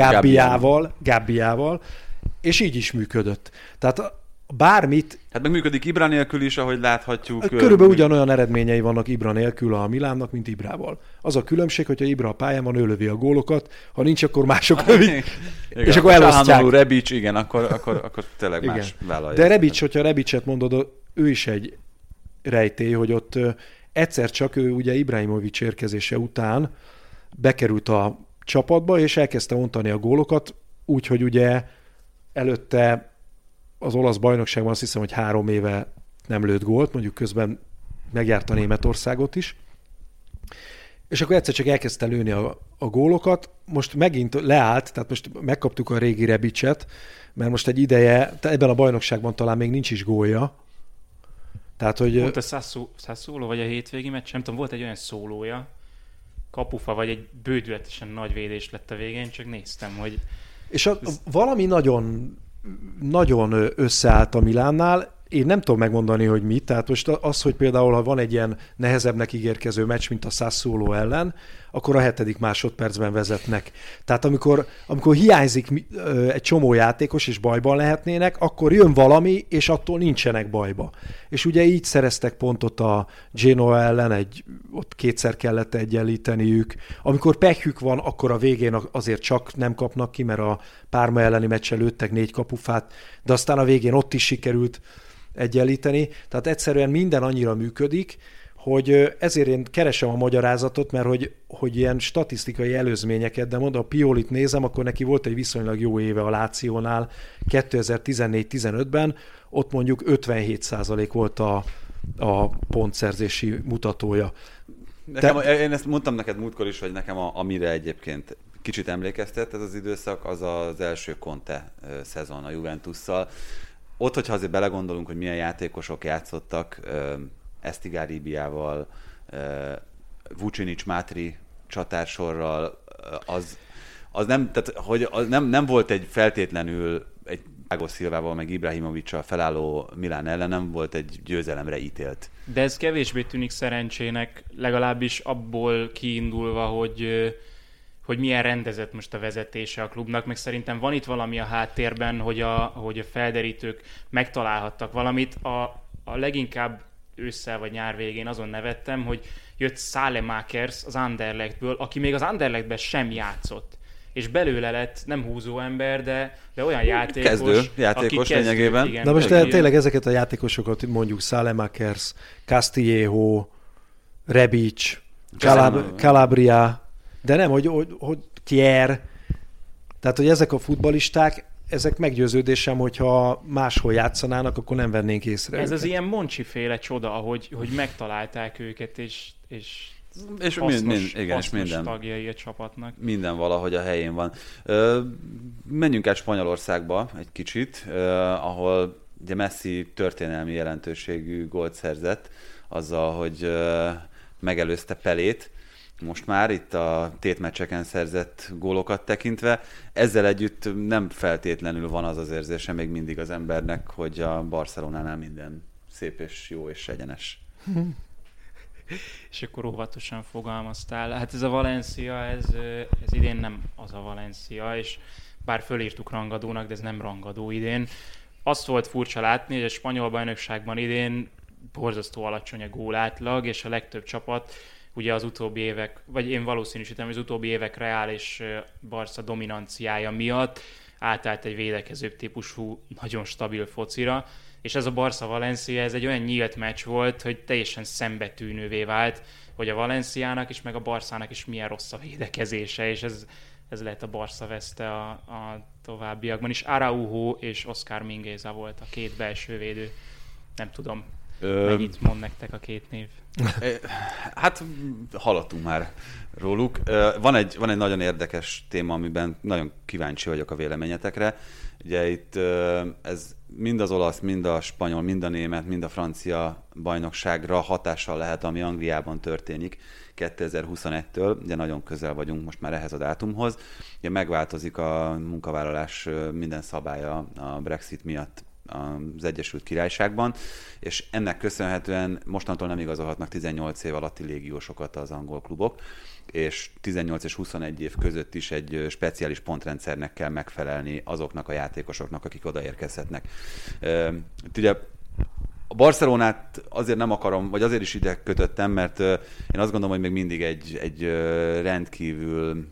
Gabbiával, és így is működött. Tehát bármit... Hát meg működik Ibra nélkül is, ahogy láthatjuk. Körülbelül ugyanolyan eredményei vannak Ibra nélkül a Milánnak, mint Ibrával. Az a különbség, hogyha Ibra a pályán van, ő lövi a gólokat, ha nincs, akkor mások lövik, és akkor elosztják. Rebic, igen, akkor tényleg igen. Más vállalja. De Rebic, hogyha Rebicet mondod, ő is egy rejtély, hogy ott egyszer csak ő ugye Ibrahimovic érkezése után bekerült a csapatba, és elkezdte ontani a gólokat, úgyhogy ugye előtte az olasz bajnokságban azt hiszem, hogy 3 éve nem lőtt gólt, mondjuk közben megjárta Németországot is. És akkor egyszer csak elkezdte lőni a gólokat, most megint leállt, tehát most megkaptuk a régi Rebicet, mert most egy ideje, ebben a bajnokságban talán még nincs is gólja. Tehát, hogy... Volt a Sassuolo, vagy a hétvégi meccs, nem tudom, volt egy olyan szólója, kapufa, vagy egy bődületesen nagy védés lett a végén, csak néztem, hogy... És valami nagyon összeállt a Milánnál, én nem tudom megmondani, hogy mit, tehát most az, hogy például, ha van egy ilyen nehezebbnek ígérkező meccs, mint a Sassuolo ellen, akkor a 7. másodpercben vezetnek. Tehát amikor hiányzik egy csomó játékos, és bajban lehetnének, akkor jön valami, és attól nincsenek bajba. És ugye így szereztek pontot a Genoa ellen, ott 2-szer kellett egyenlíteniük. Amikor pehjük van, akkor a végén azért csak nem kapnak ki, mert a Parma elleni meccsen lőttek 4 kapufát, de aztán a végén ott is sikerült egyenlíteni. Tehát egyszerűen minden annyira működik, hogy ezért én keresem a magyarázatot, mert hogy ilyen statisztikai előzményeket, de mondom, a Piolit nézem, akkor neki volt egy viszonylag jó éve a Lációnál 2014-15-ben, ott mondjuk 57% volt a pontszerzési mutatója. Én ezt mondtam neked múltkor is, hogy nekem amire egyébként kicsit emlékeztet ez az időszak, az az első Conte szezon a Juventusszal. Ott, hogyha azért belegondolunk, hogy milyen játékosok játszottak, Estigáribiával, Vucinic, Mátri csatársorral, az nem, tehát, hogy az nem volt egy feltétlenül egy Thiago Silvával, meg Ibrahimovic-sal felálló Milán ellen, nem volt egy győzelemre ítélt. De ez kevésbé tűnik szerencsének, legalábbis abból kiindulva, hogy milyen rendezett most a vezetése a klubnak, meg szerintem van itt valami a háttérben, hogy a felderítők megtalálhattak valamit. A leginkább ősszel vagy nyár végén azon nevettem, hogy jött Saelemaekers az Anderlechtből, aki még az Anderlechtben sem játszott. És belőle lett nem húzó ember, de olyan játékos, játékos lényegében. Na most tényleg ezeket a játékosokat mondjuk Saelemaekers, Castillejo, Rebic, Calabria, de nem, hogy Kier. Tehát, hogy ezek a futballisták, ezek meggyőződésem, hogyha máshol játszanának, akkor nem vennénk észre. Ez az ilyen Monchi-féle csoda, hogy megtalálták őket, és hasznos minden tagjai a csapatnak. Minden valahogy a helyén van. Menjünk át Spanyolországba egy kicsit, ahol ugye Messi történelmi jelentőségű gólt szerzett azzal, hogy megelőzte Pelét. Most már itt a tétmeccseken szerzett gólokat tekintve. Ezzel együtt nem feltétlenül van az érzése még mindig az embernek, hogy a Barcelonánál minden szép és jó és egyenes. És akkor óvatosan fogalmaztál. Hát ez a Valencia, ez idén nem az a Valencia, és bár fölírtuk rangadónak, de ez nem rangadó idén. Azt volt furcsa látni, hogy a spanyol bajnokságban idén borzasztó alacsony a gólátlag, és a legtöbb csapat ugye az utóbbi évek, vagy én valószínűsítem, hogy az utóbbi évek Real és Barca dominanciája miatt átállt egy védekezőbb típusú, nagyon stabil focira, és ez a Barca-Valencia, ez egy olyan nyílt meccs volt, hogy teljesen szembetűnővé vált, hogy a Valenciának is, meg a Barszának is milyen rossz a védekezése, és ez lehet a Barca veszte a továbbiakban is. Araujo és Oscar Mingueza volt a két belső védő. Nem tudom, mennyit mond nektek a két név. Hát hallottunk már róluk. Van egy nagyon érdekes téma, amiben nagyon kíváncsi vagyok a véleményetekre. Ugye itt ez mind az olasz, mind a spanyol, mind a német, mind a francia bajnokságra hatással lehet, ami Angliában történik 2021-től. Ugye nagyon közel vagyunk most már ehhez a dátumhoz. Ugye megváltozik a munkavállalás minden szabálya a Brexit miatt az Egyesült Királyságban, és ennek köszönhetően mostantól nem igazolhatnak 18 év alatti légiósokat az angol klubok, és 18 és 21 év között is egy speciális pontrendszernek kell megfelelni azoknak a játékosoknak, akik odaérkezhetnek. Ugye a Barcelonát azért nem akarom, vagy azért is ide kötöttem, mert én azt gondolom, hogy még mindig egy rendkívül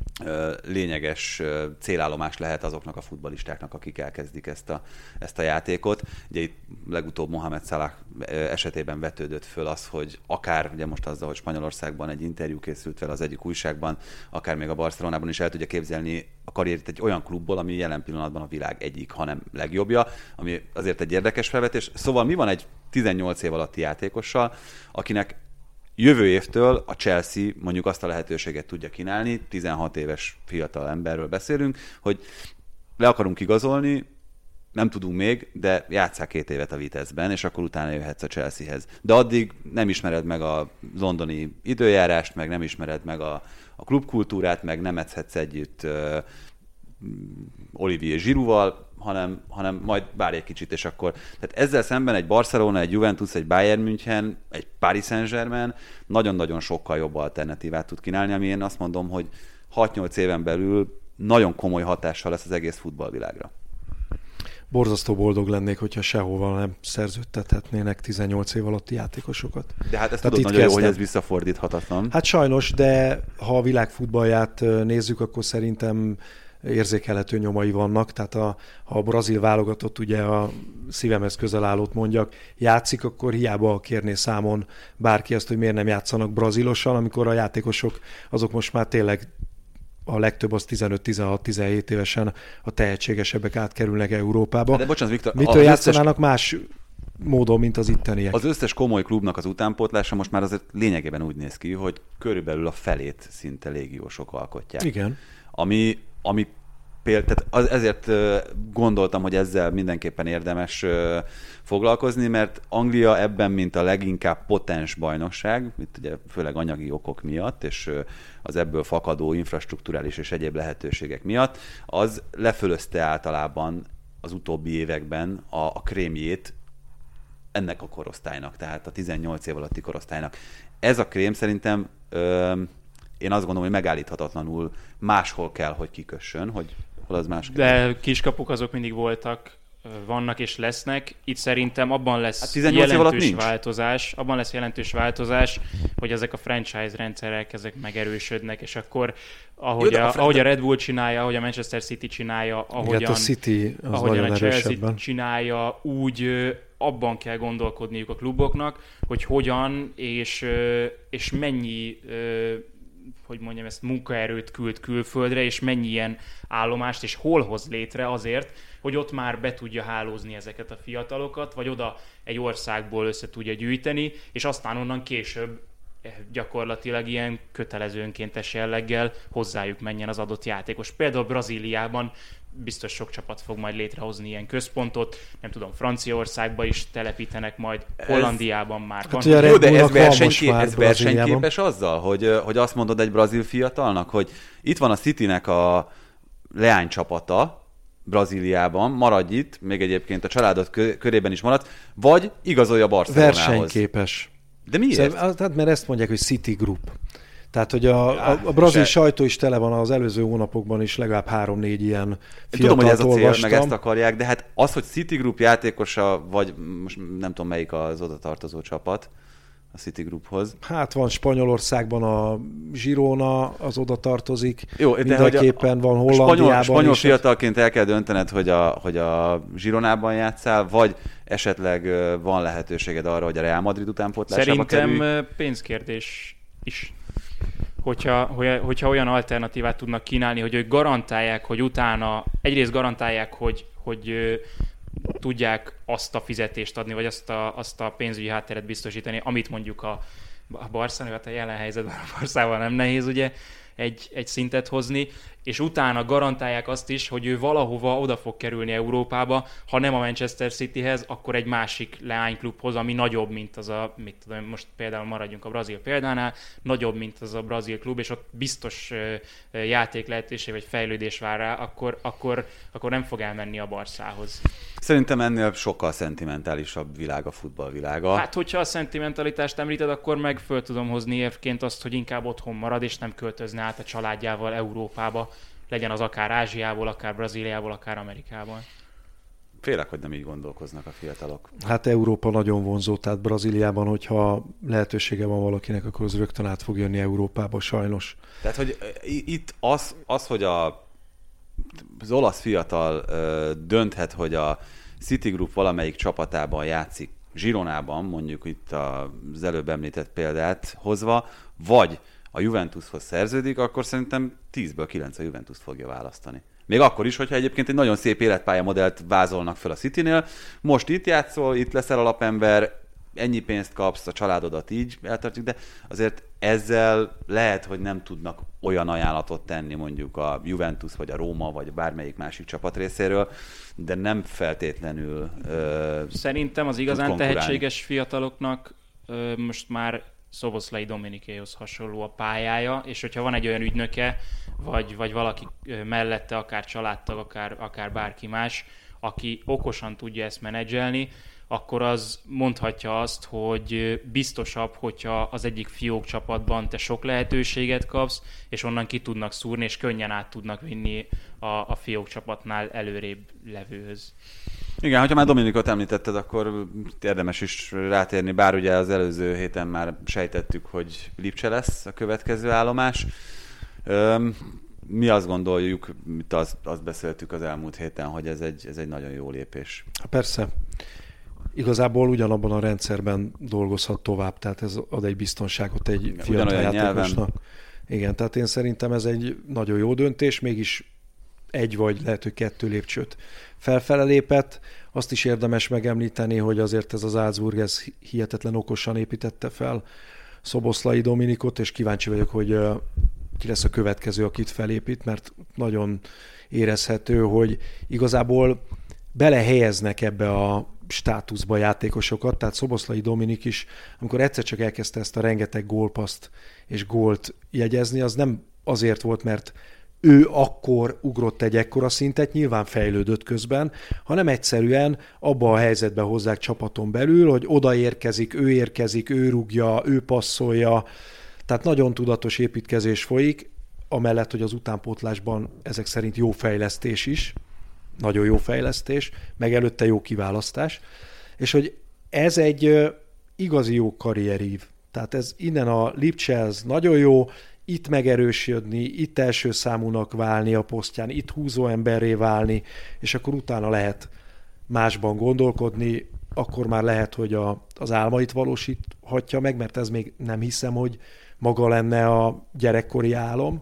lényeges célállomás lehet azoknak a futballistáknak, akik elkezdik ezt a játékot. Ugye itt legutóbb Mohamed Salah esetében vetődött föl az, hogy akár ugye most azzal, hogy Spanyolországban egy interjú készült vele az egyik újságban, akár még a Barcelonában is el tudja képzelni a karrierét egy olyan klubból, ami jelen pillanatban a világ egyik, hanem legjobbja, ami azért egy érdekes felvetés. Szóval mi van egy 18 év alatti játékossal, akinek jövő évtől a Chelsea mondjuk azt a lehetőséget tudja kínálni, 16 éves fiatal emberről beszélünk, hogy le akarunk igazolni, nem tudunk még, de játsszál 2 évet a Vitesse-ben, és akkor utána jöhetsz a Chelseahez. De addig nem ismered meg a londoni időjárást, meg nem ismered meg a klubkultúrát, meg nem edzhetsz együtt Olivier Giroud-val, hanem majd várj egy kicsit, és akkor... Tehát ezzel szemben egy Barcelona, egy Juventus, egy Bayern München, egy Paris Saint-Germain nagyon-nagyon sokkal jobb alternatívát tud kínálni, ami én azt mondom, hogy 6-8 éven belül nagyon komoly hatással lesz az egész futballvilágra. Borzasztó boldog lennék, hogyha sehova nem szerződtethetnének 18 év alatti játékosokat. De hát ezt tudod nagyon jó, hogy ez visszafordíthatatlan. Hát sajnos, de ha a világ futballját nézzük, akkor szerintem érzékelhető nyomai vannak, tehát ha a brazil válogatott, ugye a szívemhez közel állót mondjak, játszik, akkor hiába kérné számon bárki azt, hogy miért nem játszanak brazilosan, amikor a játékosok azok most már tényleg a legtöbb az 15-16-17 évesen a tehetségesebbek átkerülnek Európába. De bocsánat, Viktor, mitől játszanának más módon, mint az itteniek? Az összes komoly klubnak az utánpótlása most már azért lényegében úgy néz ki, hogy körülbelül a felét szinte légiósok alkotják. Igen. Ami tehát ezért gondoltam, hogy ezzel mindenképpen érdemes foglalkozni, mert Anglia ebben, mint a leginkább potens bajnokság, itt ugye főleg anyagi okok miatt, és az ebből fakadó infrastrukturális és egyéb lehetőségek miatt, az lefölözte általában az utóbbi években a krémjét ennek a korosztálynak, tehát a 18 év alatti korosztálynak. Ez a krém szerintem én azt gondolom, hogy megállíthatatlanul máshol kell, hogy kikössön, hogy hol az más. De kiskapuk azok mindig voltak, vannak és lesznek. Itt szerintem abban lesz jelentős változás, hogy ezek a franchise rendszerek ezek megerősödnek, és akkor ahogy a Red Bull csinálja, ahogy a Manchester City csinálja, ahogyan a Chelsea csinálja, úgy abban kell gondolkodniuk a kluboknak, hogy hogyan és mennyi hogy mondjam, ezt munkaerőt küld külföldre, és mennyi ilyen állomást, és hol hoz létre azért, hogy ott már be tudja hálózni ezeket a fiatalokat, vagy oda egy országból össze tudja gyűjteni, és aztán onnan később gyakorlatilag ilyen kötelező önkéntes jelleggel hozzájuk menjen az adott játékos. Például Brazíliában biztos sok csapat fog majd létrehozni ilyen központot, nem tudom, Franciaországban is telepítenek majd, Hollandiában már van. Jó, de ez versenyképes azzal, hogy azt mondod egy brazil fiatalnak, hogy itt van a Citynek a leánycsapata Brazíliában, maradj itt, még egyébként a családod körében is marad, vagy igazolja Barcelonához. Versenyképes. De miért? Tehát mert ezt mondják, hogy City Group. Tehát, hogy a brazil sajtó is tele van az előző hónapokban is legalább 3-4 ilyen fiatalt tudom, hogy ez a cél, olvastam. Meg ezt akarják, de hát az, hogy City Group játékosa, vagy most nem tudom melyik az oda tartozó csapat a City Grouphoz. Hát van Spanyolországban a Girona, az oda tartozik. Jó, de mindenképpen van Hollandiában spanyol is. fiatalként el kell döntened, hogy a Gironában játszál, vagy esetleg van lehetőséged arra, hogy a Real Madrid utánpótlásába kerülj. Szerintem pénzkérdés is. Hogyha olyan alternatívát tudnak kínálni, hogy ők garantálják, hogy utána egyrészt garantálják, hogy tudják azt a fizetést adni, vagy azt a pénzügyi hátteret biztosítani, amit mondjuk a Barcelona, hát a jelen helyzetben a Barszával nem nehéz ugye egy szintet hozni, és utána garantálják azt is, hogy ő valahova oda fog kerülni Európába, ha nem a Manchester Cityhez, akkor egy másik leányklubhoz, ami nagyobb, mint az a, mit tudom, most például maradjunk a brazil példánál, nagyobb, mint az a brazil klub, és ott biztos játék lehetőség vagy fejlődés vár rá, akkor nem fog elmenni a Barszához. Szerintem ennél sokkal szentimentálisabb világ a futballvilága. Hát, hogyha a szentimentalitást említed, akkor meg föl tudom hozni érvként azt, hogy inkább otthon marad, és nem költözne át a családjával Európába, legyen az akár Ázsiából, akár Brazíliából, akár Amerikából. Félek, hogy nem így gondolkoznak a fiatalok. Hát Európa nagyon vonzó, tehát Brazíliában, hogyha lehetősége van valakinek, akkor az rögtön át fog jönni Európába, sajnos. Tehát, hogy itt az hogy az olasz fiatal dönthet, hogy a City Group valamelyik csapatában játszik, Gironában, mondjuk itt az előbb említett példát hozva, vagy a Juventushoz szerződik, akkor szerintem 10-ből 9 a Juventus fogja választani. Még akkor is, hogyha egyébként egy nagyon szép életpályamodellt vázolnak fel a Citynél. Most itt játszol, itt leszel alapember, ennyi pénzt kapsz, a családodat így eltartjuk, de azért ezzel lehet, hogy nem tudnak olyan ajánlatot tenni mondjuk a Juventus, vagy a Róma, vagy bármelyik másik csapat részéről, de nem feltétlenül szerintem az igazán tehetséges fiataloknak most már Szoboszlai Dominikéhoz hasonló a pályája, és hogyha van egy olyan ügynöke, vagy valaki mellette, akár családtag, akár bárki más, aki okosan tudja ezt menedzselni, akkor az mondhatja azt, hogy biztosabb, hogyha az egyik fiók csapatban te sok lehetőséget kapsz, és onnan ki tudnak szúrni, és könnyen át tudnak vinni a fiók csapatnál előrébb levőhöz. Igen, hogyha már Dominikot említetted, akkor érdemes is rátérni, bár ugye az előző héten már sejtettük, hogy Lipcse lesz a következő állomás. mi azt gondoljuk, mit azt beszéltük az elmúlt héten, hogy ez egy nagyon jó lépés. Persze. Igazából ugyanabban a rendszerben dolgozhat tovább, tehát ez ad egy biztonságot egy fiatal játékosnak. Igen, tehát én szerintem ez egy nagyon jó döntés, mégis egy vagy lehet, hogy 2 lépcsőt felfele lépett. Azt is érdemes megemlíteni, hogy azért ez az Salzburg ez hihetetlen okosan építette fel Szoboszlai Dominikot, és kíváncsi vagyok, hogy ki lesz a következő, akit felépít, mert nagyon érezhető, hogy igazából belehelyeznek ebbe a státuszba játékosokat, tehát Szoboszlai Dominik is, amikor egyszer csak elkezdte ezt a rengeteg gólpaszt és gólt jegyezni, az nem azért volt, mert ő akkor ugrott egy ekkora szintet, nyilván fejlődött közben, hanem egyszerűen abba a helyzetbe hozzák csapaton belül, hogy odaérkezik, ő rúgja, ő passzolja, tehát nagyon tudatos építkezés folyik, amellett, hogy az utánpótlásban ezek szerint jó fejlesztés is, nagyon jó fejlesztés, meg előtte jó kiválasztás, és hogy ez egy igazi jó karrierív. Tehát ez innen a Lipcse ez nagyon jó, itt megerősödni, itt első számúnak válni a posztján, itt húzó emberré válni, és akkor utána lehet másban gondolkodni, akkor már lehet, hogy az álmait valósíthatja meg, mert ez még nem hiszem, hogy maga lenne a gyerekkori álom,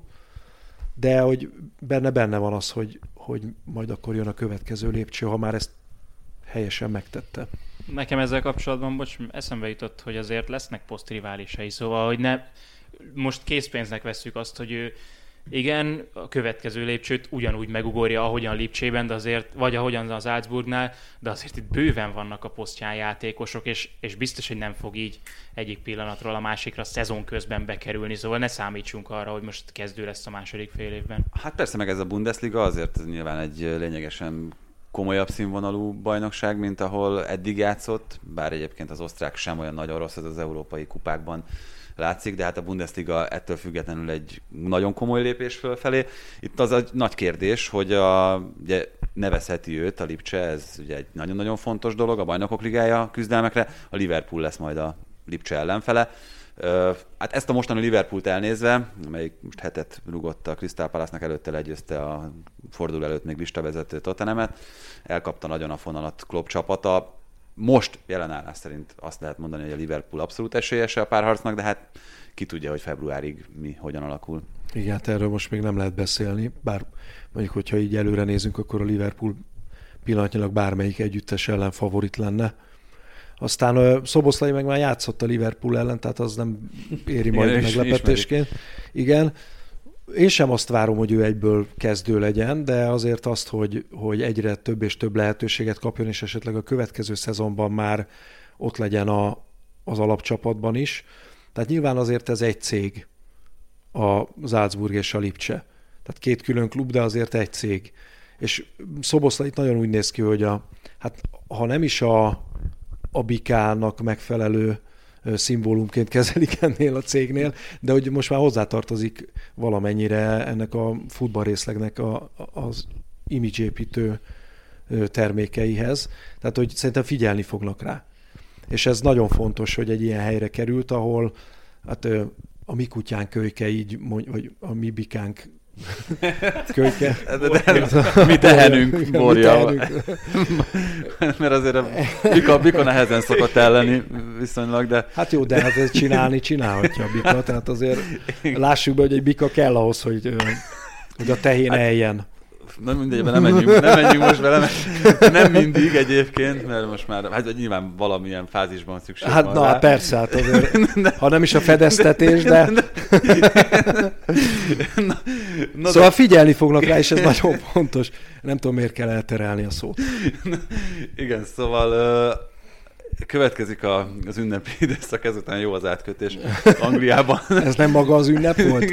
de hogy benne van az, hogy majd akkor jön a következő lépcső, ha már ezt helyesen megtette. Nekem ezzel kapcsolatban, eszembe jutott, hogy azért lesznek posztriválisai, szóval, hogy ne most készpénznek vesszük azt, hogy ő igen, a következő lépcsőt ugyanúgy megugorja, ahogyan Lipcsében, de azért, vagy ahogyan az Salzburgnál, de azért itt bőven vannak a posztján játékosok, és biztos, hogy nem fog így egyik pillanatról a másikra szezon közben bekerülni, szóval ne számítsunk arra, hogy most kezdő lesz a második fél évben. Hát persze, meg ez a Bundesliga azért nyilván egy lényegesen komolyabb színvonalú bajnokság, mint ahol eddig játszott, bár egyébként az osztrák sem olyan nagyon rossz, ez az európai kupákban látszik, de hát a Bundesliga ettől függetlenül egy nagyon komoly lépés fölfelé. Itt az a nagy kérdés, hogy ugye nevezheti őt a Lipcse, ez ugye egy nagyon-nagyon fontos dolog, a Bajnokok Ligája küzdelmekre, a Liverpool lesz majd a Lipcse ellenfele. Hát ezt a mostani Liverpoolt elnézve, amelyik most hetet rugott a Crystal Palace-nak, előtte legyőzte a forduló előtt még listavezető Tottenhamet, elkapta nagyon a fonalat Klopp csapata. Most jelen állás szerint azt lehet mondani, hogy a Liverpool abszolút esélyese a párharcnak, de hát ki tudja, hogy februárig mi hogyan alakul. Igen, hát erről most még nem lehet beszélni, bár mondjuk, hogyha így előre nézünk, akkor a Liverpool pillanatnyilag bármelyik együttes ellen favorit lenne. Aztán Szoboszlai meg már játszott a Liverpool ellen, tehát az nem éri majd igen, meglepetésként. Igen. Én sem azt várom, hogy ő egyből kezdő legyen, de azért azt, hogy egyre több és több lehetőséget kapjon, és esetleg a következő szezonban már ott legyen az alapcsapatban is. Tehát nyilván azért ez egy cég, a Salzburg és a Lipcse. Tehát 2 külön klub, de azért egy cég. És Szoboszlai itt nagyon úgy néz ki, hogy hát ha nem is a bikának megfelelő szimbólumként kezelik ennél a cégnél, de hogy most már hozzátartozik valamennyire ennek a futballrészlegnek az imidzsépítő termékeihez. Tehát, hogy szerintem figyelni fognak rá. És ez nagyon fontos, hogy egy ilyen helyre került, ahol hát a mi kutyánk kölyke így, vagy a mi bikánk kölyke. De mi tehenünk, Borja. Mert azért a bika nehezen szokott elleni viszonylag, de... Hát jó, de hát ezt csinálhatja a bika, tehát azért lássuk be, hogy egy bika kell ahhoz, hogy a tehén eljen. Na mindegy, nem menjünk most vele, nem mindig egyébként, mert most már hát nyilván valamilyen fázisban szükség hát, van na, rá. Hát persze, hát azért, ha nem is a fedeztetés, de... Szóval figyelni fognak rá, és ez nagyon fontos. Nem tudom, miért kell elterelni a szót. Igen, szóval... Következik az ünnepi időszak, ezután jó az átkötés Angliában. Ez nem maga az ünnep volt?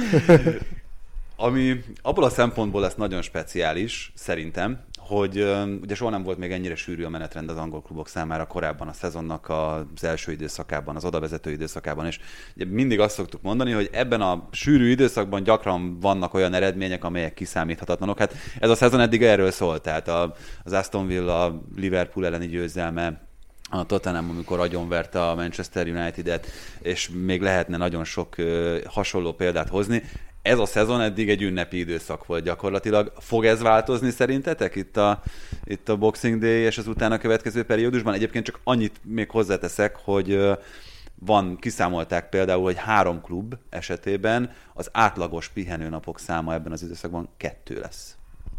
Ami abból a szempontból lesz nagyon speciális, szerintem, hogy ugye soha nem volt még ennyire sűrű a menetrend az angol klubok számára korábban a szezonnak az első időszakában, az odavezető időszakában, és ugye mindig azt szoktuk mondani, hogy ebben a sűrű időszakban gyakran vannak olyan eredmények, amelyek kiszámíthatatlanok. Hát ez a szezon eddig erről szólt, tehát az Aston Villa Liverpool elleni győzelme, a Tottenham, amikor agyonverte a Manchester United-et, és még lehetne nagyon sok hasonló példát hozni. ez a szezon eddig egy ünnepi időszak volt gyakorlatilag. Fog ez változni szerintetek itt a Boxing Day és az utána következő periódusban? Egyébként csak annyit még hozzáteszek, hogy kiszámolták például, hogy 3 klub esetében az átlagos pihenőnapok száma ebben az időszakban 2 lesz.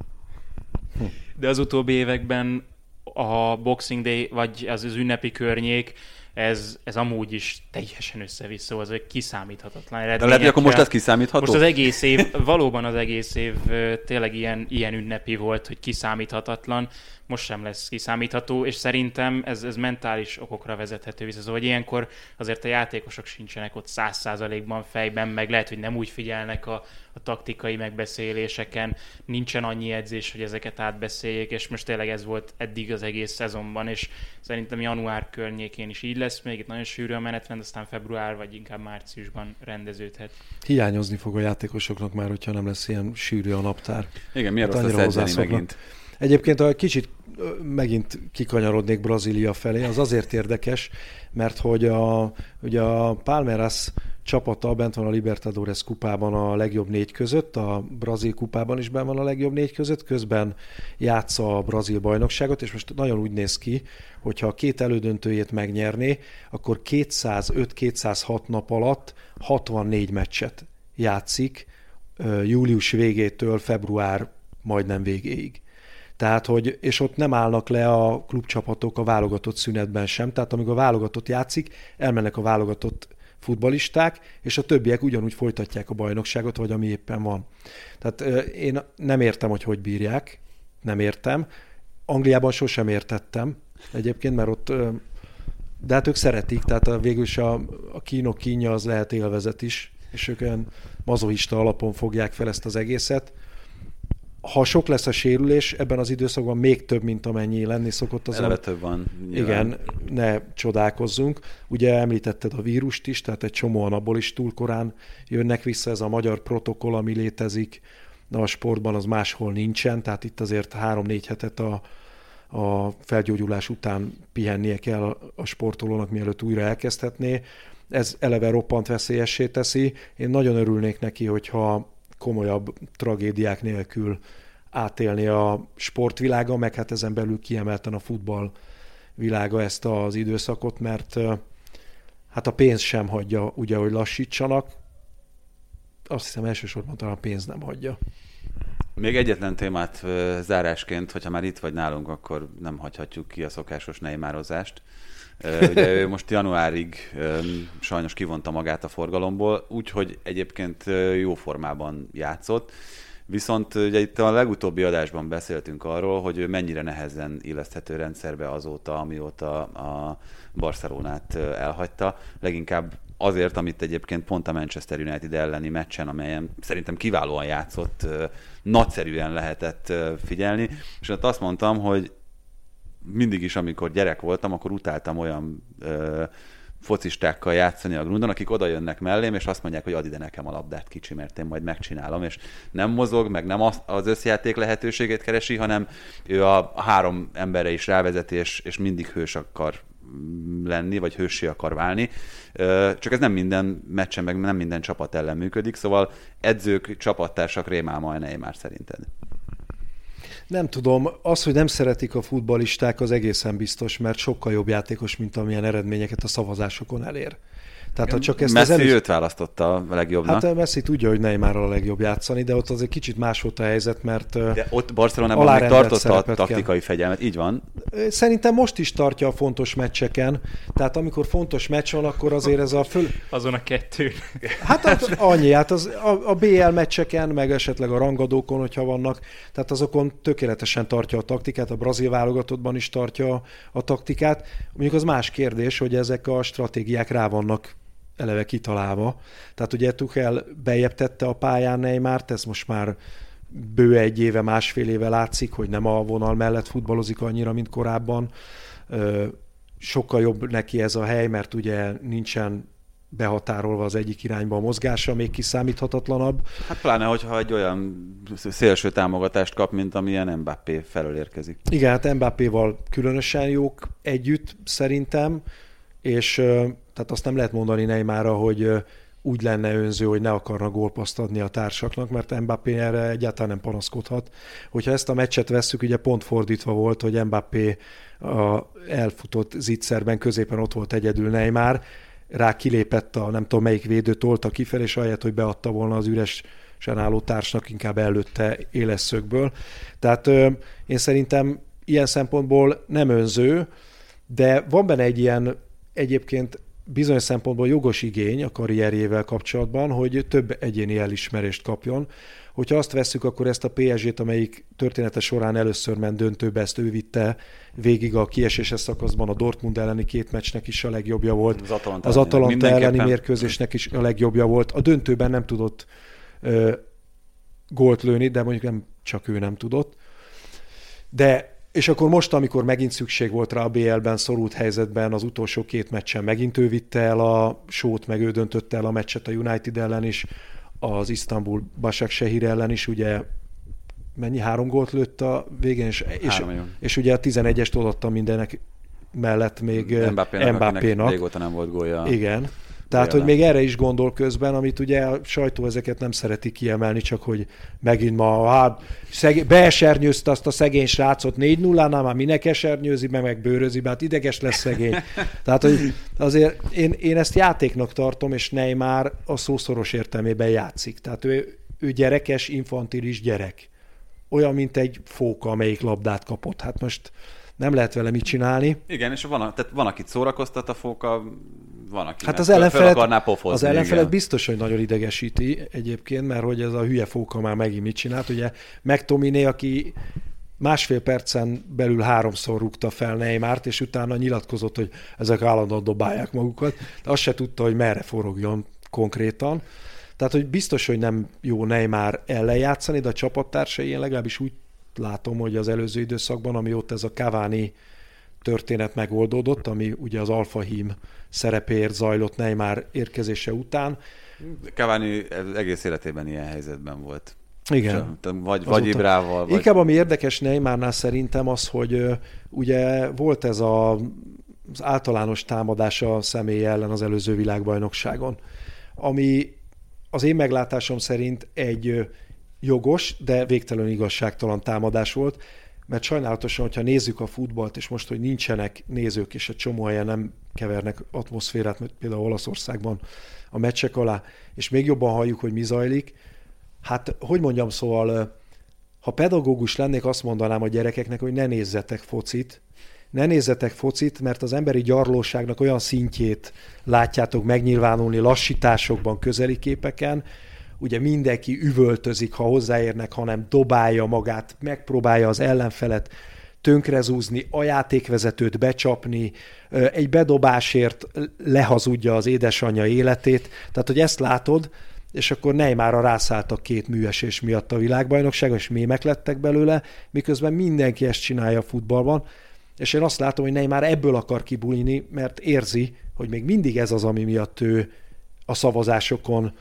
De az utóbbi években a Boxing Day, vagy az ünnepi környék, ez amúgy is teljesen össze-vissza, az egy kiszámíthatatlan eredményekkel. De lehet, hogy akkor most ez kiszámítható? Most az egész év, valóban az egész év tényleg ilyen ünnepi volt, hogy kiszámíthatatlan, most sem lesz kiszámítható, és szerintem ez mentális okokra vezethető vissza. Szóval, hogy ilyenkor azért a játékosok sincsenek ott 100%-ban fejben, meg lehet, hogy nem úgy figyelnek a taktikai megbeszéléseken, nincsen annyi edzés, hogy ezeket átbeszéljék, és most tényleg ez volt eddig az egész szezonban, és szerintem január környékén is így lesz, még itt nagyon sűrű a menetrend, aztán február vagy inkább márciusban rendeződhet. Hiányozni fog a játékosoknak már, hogyha nem lesz ilyen sűrű a naptár. Igen, miért rossz lesz edzeni megint? Egyébként, ha kicsit megint kikanyarodnék Brazília felé, az azért érdekes, mert hogy ugye a Palmeiras csapata bent van a Libertadores kupában a legjobb 4 között, a brazil kupában is bent van a legjobb 4 között, közben játsza a brazil bajnokságot, és most nagyon úgy néz ki, hogyha a 2 elődöntőjét megnyerné, akkor 205-206 nap alatt 64 meccset játszik július végétől február majdnem végéig. Tehát, és ott nem állnak le a klubcsapatok a válogatott szünetben sem, tehát amíg a válogatott játszik, elmennek a válogatott futballisták, és a többiek ugyanúgy folytatják a bajnokságot, vagy ami éppen van. Tehát én nem értem, hogy bírják, nem értem. Angliában sosem értettem egyébként, mert ott, de hát ők szeretik, tehát végül is a kínok kínja az lehet élvezet is, és ők olyan mazochista alapon fogják fel ezt az egészet. Ha sok lesz a sérülés, ebben az időszakban még több, mint amennyi lenni szokott. Eleve több van. Nyilván. Igen, ne csodálkozzunk. Ugye említetted a vírust is, tehát egy csomóan abból is túl korán jönnek vissza. Ez a magyar protokoll, ami létezik, de a sportban az máshol nincsen, tehát itt azért 3-4 hetet a felgyógyulás után pihennie kell a sportolónak, mielőtt újra elkezdhetné. Ez eleve roppant veszélyessé teszi. Én nagyon örülnék neki, hogyha komolyabb tragédiák nélkül átélni a sportvilága, meg hát ezen belül kiemelten a futball világa ezt az időszakot, mert hát a pénz sem hagyja, ugye, hogy lassítsanak. Azt hiszem elsősorban talán a pénz nem hagyja. Még egyetlen témát zárásként, hogyha már itt vagy nálunk, akkor nem hagyhatjuk ki a szokásos neymarozást. Ugye ő most januárig sajnos kivonta magát a forgalomból, úgyhogy egyébként jó formában játszott. Viszont ugye itt a legutóbbi adásban beszéltünk arról, hogy ő mennyire nehezen illeszthető rendszerbe azóta, amióta a Barcelonát elhagyta. Leginkább azért, amit egyébként pont a Manchester United elleni meccsen, amelyen szerintem kiválóan játszott, nagyszerűen lehetett figyelni. És ott azt mondtam, hogy mindig is, amikor gyerek voltam, akkor utáltam olyan focistákkal játszani a Grundon, akik oda jönnek mellém, és azt mondják, hogy add ide nekem a labdát, kicsi, mert én majd megcsinálom, és nem mozog, meg nem az összjáték lehetőségét keresi, hanem ő a 3 emberre is rávezeti, és mindig hős akar lenni, vagy hőssé akar válni. Csak ez nem minden meccsen, meg nem minden csapat ellen működik, szóval edzők, csapattársak rémálma a Neymar szerinted? Nem tudom, az, hogy nem szeretik a futballisták, az egészen biztos, mert sokkal jobb játékos, mint amilyen eredményeket a szavazásokon elér. Tehát, ha csak ezt Messi őt választotta a legjobbnak. Hát Messi tudja, hogy Neymarral a legjobb játszani, de ott azért kicsit más volt a helyzet, mert de ott Barcelonában még tartotta a taktikai fegyelmet, így van? Szerintem most is tartja a fontos meccseken, tehát amikor fontos meccs van, akkor azért ez a Azon a 2. Hát annyi, hát a BL meccseken, meg esetleg a rangadókon, hogyha vannak, tehát azokon tökéletesen tartja a taktikát, a brazil válogatottban is tartja a taktikát. Mondjuk az más kérdés, hogy ezek a stratégiák rá vannak eleve kitalálva. Tehát ugye Tuchel bejebb tette a pályán Neymart, ez most már bő 1 éve, másfél éve látszik, hogy nem a vonal mellett futballozik annyira, mint korábban. Sokkal jobb neki ez a hely, mert ugye nincsen behatárolva az egyik irányba a mozgása, még kiszámíthatatlanabb. Hát pláne, hogyha egy olyan szélső támogatást kap, mint amilyen Mbappé felől érkezik. Igen, hát Mbappéval különösen jók együtt szerintem, és tehát azt nem lehet mondani Neymarra, hogy úgy lenne önző, hogy ne akarna gólpaszt adni a társaknak, mert Mbappé erre egyáltalán nem panaszkodhat. Hogyha ezt a meccset vesszük, ugye pont fordítva volt, hogy Mbappé elfutott zicserben, középen ott volt egyedül Neymar, rá kilépett a nem tudom melyik védő, tolta kifelé, és ahelyett, hogy beadta volna az üresen álló társnak, inkább előtte éles szögből. Tehát én szerintem ilyen szempontból nem önző, de van benne egy ilyen egyébként bizonyos szempontból jogos igény a karrierjével kapcsolatban, hogy több egyéni elismerést kapjon. Hogyha azt vesszük, akkor ezt a PSG-t, amelyik története során először ment döntőbe, ezt ő vitte végig a kieséses szakaszban, a Dortmund elleni 2 meccsnek is a legjobbja volt, az Atalanta elleni mérkőzésnek is a legjobbja volt. A döntőben nem tudott gólt lőni, de mondjuk nem csak ő nem tudott. És akkor most, amikor megint szükség volt rá a BL-ben, szorult helyzetben, az utolsó 2 meccsen megint ő vitte el a sót, meg ő döntötte el a meccset a United ellen is, az Isztambul Başakşehir ellen is, ugye 3 gólt lőtt a végén, és ugye a 11-est odaadta mindenek mellett még Mbappénak. Régóta nem volt gólja. Igen. Tehát, hogy még erre is gondol közben, amit ugye a sajtó ezeket nem szereti kiemelni, csak hogy megint ma beesernyőzte azt a szegény srácot 4-0-nál, már minek esernyőzi, meg bőrözi, hát ideges lesz szegény. Tehát, hogy azért én ezt játéknak tartom, és Neymar a szószoros értelmében játszik. Tehát ő gyerekes, infantilis gyerek. Olyan, mint egy fóka, amelyik labdát kapott. Hát most nem lehet vele mit csinálni. Igen, és van akit szórakoztat a fóka, van, aki hát az ellenfelet biztos, hogy nagyon idegesíti egyébként, mert hogy ez a hülye fóka már megint mit csinált. Ugye McTominay, aki 1,5 percen belül 3-szor rúgta fel Neymart, és utána nyilatkozott, hogy ezek állandóan dobálják magukat, de azt se tudta, hogy merre forogjon konkrétan. Tehát, hogy biztos, hogy nem jó Neymar ellen játszani, de a csapattársai, én legalábbis úgy látom, hogy az előző időszakban, amióta ez a Cavani történet megoldódott, ami ugye az Alfa Hím szerepéért zajlott Neymar érkezése után. Cavani egész életében ilyen helyzetben volt. Igen. Vagy Ibrával. Inkább ami érdekes Neymarnál szerintem az, hogy ugye volt ez az általános támadása a személy ellen az előző világbajnokságon, ami az én meglátásom szerint egy jogos, de végtelenül igazságtalan támadás volt, mert sajnálatosan, hogyha nézzük a futballt, és most, hogy nincsenek nézők, és egy csomó helyen nem kevernek atmoszférát, mert például Olaszországban a meccsek alá, és még jobban halljuk, hogy mi zajlik, hát, hogy mondjam, szóval, ha pedagógus lennék, azt mondanám a gyerekeknek, hogy ne nézzetek focit, mert az emberi gyarlóságnak olyan szintjét látjátok megnyilvánulni lassításokban, közeli képeken, ugye mindenki üvöltözik, ha hozzáérnek, hanem dobálja magát, megpróbálja az ellenfelet tönkrezúzni, a játékvezetőt becsapni, egy bedobásért lehazudja az édesanyja életét. Tehát, hogy ezt látod, és akkor Neymarra rászálltak 2 műesés miatt a világbajnokságon, és mémek lettek belőle, miközben mindenki ezt csinálja a futballban. És én azt látom, hogy Neymar ebből akar kibújni, mert érzi, hogy még mindig ez az, ami miatt ő a szavazásokon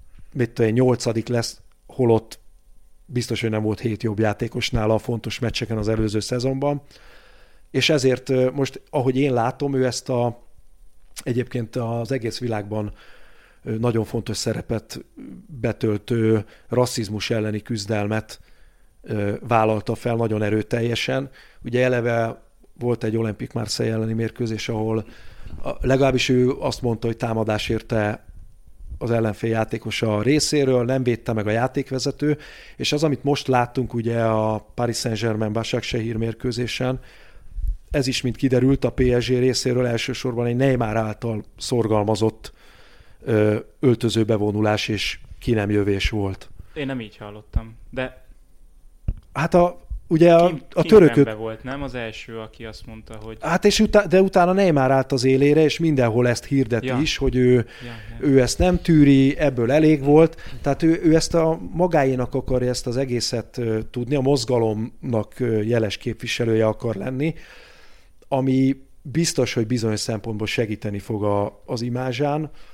8. lesz, holott biztos, hogy nem volt 7 jobb játékos nála a fontos meccseken az előző szezonban. És ezért most, ahogy én látom, ő ezt egyébként az egész világban nagyon fontos szerepet betöltő rasszizmus elleni küzdelmet vállalta fel nagyon erőteljesen. Ugye eleve volt egy Olympique Marseille elleni mérkőzés, ahol legalábbis ő azt mondta, hogy támadás érte az ellenfél játékosa részéről, nem védte meg a játékvezető, és az, amit most láttunk ugye a Paris Saint-Germain Başakşehir mérkőzésen, ez is, mint kiderült, a PSG részéről elsősorban egy Neymar által szorgalmazott öltöző bevonulás és ki nem jövés volt. Én nem így hallottam, de... Hát ugye a törökök... volt, nem? Az első, aki azt mondta, hogy... Hát de utána Neymar állt az élére, és mindenhol ezt hirdeti is, hogy ő ezt nem tűri, ebből elég volt. Tehát ő ezt a magáénak akarja ezt az egészet tudni, a mozgalomnak jeles képviselője akar lenni, ami biztos, hogy bizonyos szempontból segíteni fog az imázsán.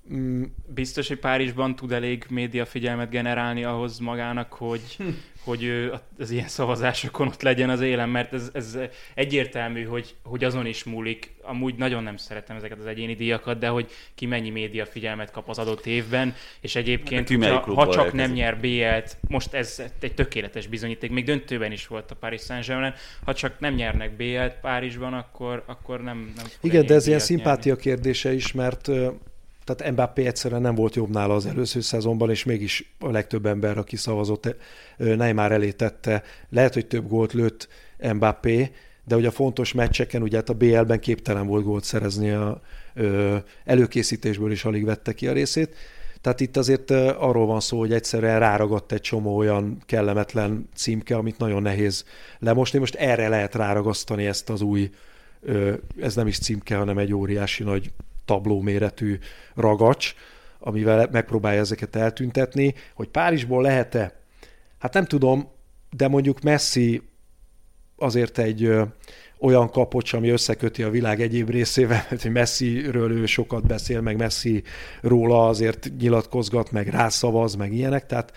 Biztos, hogy Párizsban tud elég médiafigyelmet generálni ahhoz magának, hogy ő az ilyen szavazásokon ott legyen az élen, mert ez egyértelmű, hogy azon is múlik. Amúgy nagyon nem szeretem ezeket az egyéni díjakat, de hogy ki mennyi médiafigyelmet kap az adott évben, és egyébként, ha csak nem nyer BL-t, most ez egy tökéletes bizonyíték, még döntőben is volt a Paris Saint-Germain, ha csak nem nyernek BL-t Párizsban, akkor nem igen, de ez ilyen szimpátia kérdése is, mert tehát Mbappé egyszerűen nem volt jobb nála az előző szezonban, és mégis a legtöbb ember, aki szavazott, Neymar elé tette. Lehet, hogy több gólt lőtt Mbappé, de ugye a fontos meccseken, ugye hát a BL-ben képtelen volt gólt szerezni, a előkészítésből is alig vette ki a részét. Tehát itt azért arról van szó, hogy egyszerűen ráragadt egy csomó olyan kellemetlen címke, amit nagyon nehéz lemosni. Most erre lehet ráragasztani ezt az új, ez nem is címke, hanem egy óriási nagy tablóméretű ragacs, amivel megpróbálja ezeket eltüntetni. Hogy Párizsból lehet-e? Hát nem tudom, de mondjuk Messi azért egy olyan kapocs, ami összeköti a világ egyéb részével, hogy Messiről ő sokat beszél, meg Messi róla azért nyilatkozgat, meg rászavaz, meg ilyenek. Tehát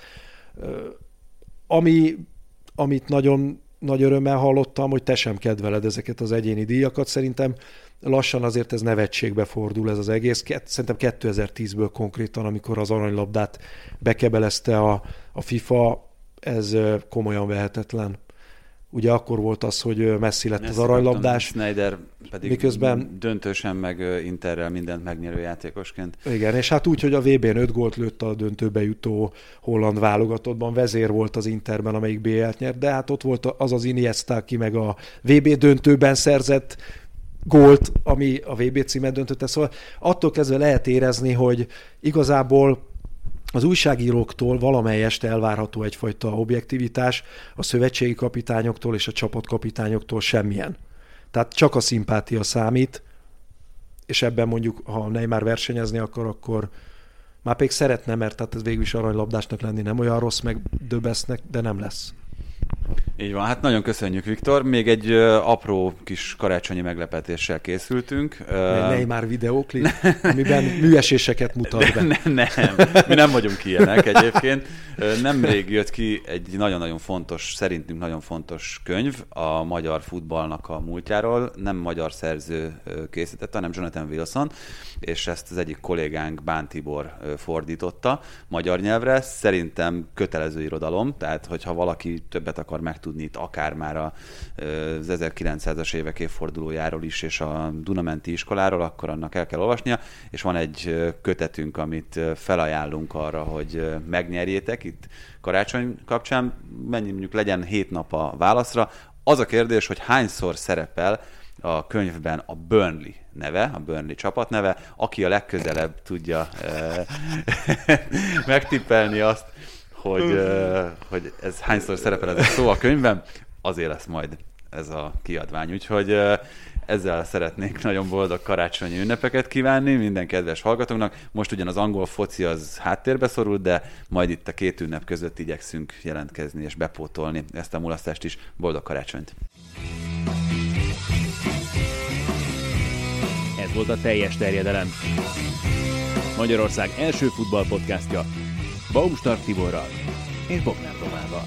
amit nagyon nagy örömmel hallottam, hogy te sem kedveled ezeket az egyéni díjakat. Szerintem lassan azért ez nevetségbe fordul ez az egész. Szerintem 2010-ből konkrétan, amikor az aranylabdát bekebelezte a FIFA, ez komolyan vehetetlen. Ugye akkor volt az, hogy Messi lett az aranylabdás. Snyder pedig miközben döntősen meg Interrel mindent megnyerő játékosként. Igen, és hát úgy, hogy a VB-n 5 gólt lőtt a döntőbe jutó holland válogatottban, vezér volt az Interben, amelyik BL-t nyert, de hát ott volt az Iniesta, aki meg a VB döntőben szerzett gólt, ami a VB címet döntötte. Szóval attól kezdve lehet érezni, hogy igazából az újságíróktól valamelyest elvárható egyfajta objektivitás, a szövetségi kapitányoktól és a csapatkapitányoktól semmilyen. Tehát csak a szimpátia számít, és ebben mondjuk, ha Neymar versenyezni akar, akkor már pedig szeretne, mert tehát ez végül is aranylabdásnak lenni nem olyan rossz, meg döbesznek, de nem lesz. Így van, hát nagyon köszönjük, Viktor. Még egy apró kis karácsonyi meglepetéssel készültünk. Neymar videóklip, amiben műeséseket mutat be. Mi nem vagyunk ilyenek egyébként. Nemrég jött ki egy nagyon-nagyon fontos, szerintünk nagyon fontos könyv a magyar futballnak a múltjáról. Nem magyar szerző készítette, hanem Jonathan Wilson, és ezt az egyik kollégánk, Bán Tibor fordította magyar nyelvre. Szerintem kötelező irodalom, tehát hogyha valaki többet akar megtudni itt akár már az 1900-as évek évfordulójáról is, és a Dunamenti iskoláról, akkor annak el kell olvasnia, és van egy kötetünk, amit felajánlunk arra, hogy megnyerjétek itt karácsony kapcsán, mennyi mondjuk legyen 7 nap a válaszra. Az a kérdés, hogy hányszor szerepel a könyvben a Burnley neve, a Burnley csapat neve, aki a legközelebb tudja megtippelni azt, hogy ez hányszor szerepel ez a szó a könyvben, azért lesz majd ez a kiadvány. Úgyhogy ezzel szeretnék nagyon boldog karácsonyi ünnepeket kívánni minden kedves hallgatóknak. Most ugyan az angol foci az háttérbe szorult, de majd itt a két ünnep között igyekszünk jelentkezni és bepótolni ezt a mulasztást is. Boldog karácsonyt! Ez volt a Teljes terjedelem. Magyarország első futballpodcastja Baumstark Tiborral és Bognár Tomával.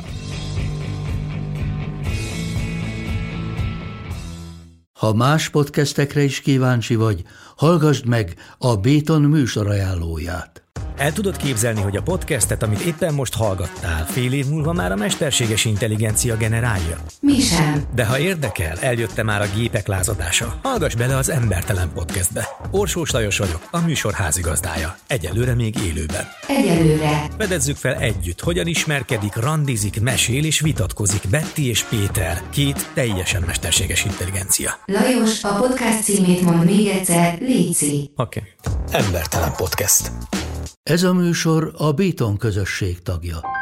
Ha más podcastekre is kíváncsi vagy, hallgassd meg a Béton műsor ajánlóját. El tudod képzelni, hogy a podcastet, amit éppen most hallgattál, fél év múlva már a mesterséges intelligencia generálja? Mi sem. De ha érdekel, eljött már a gépek lázadása. Hallgass bele az Embertelen Podcastbe. Orsós Lajos vagyok, a műsor házigazdája. Egyelőre még élőben. Egyelőre. Fedezzük fel együtt, hogyan ismerkedik, randizik, mesél és vitatkozik Betty és Péter, két teljesen mesterséges intelligencia. Lajos, a podcast címét mond még egyszer, léci. Oké. Embertelen Podcast. Ez a műsor a Béton közösség tagja.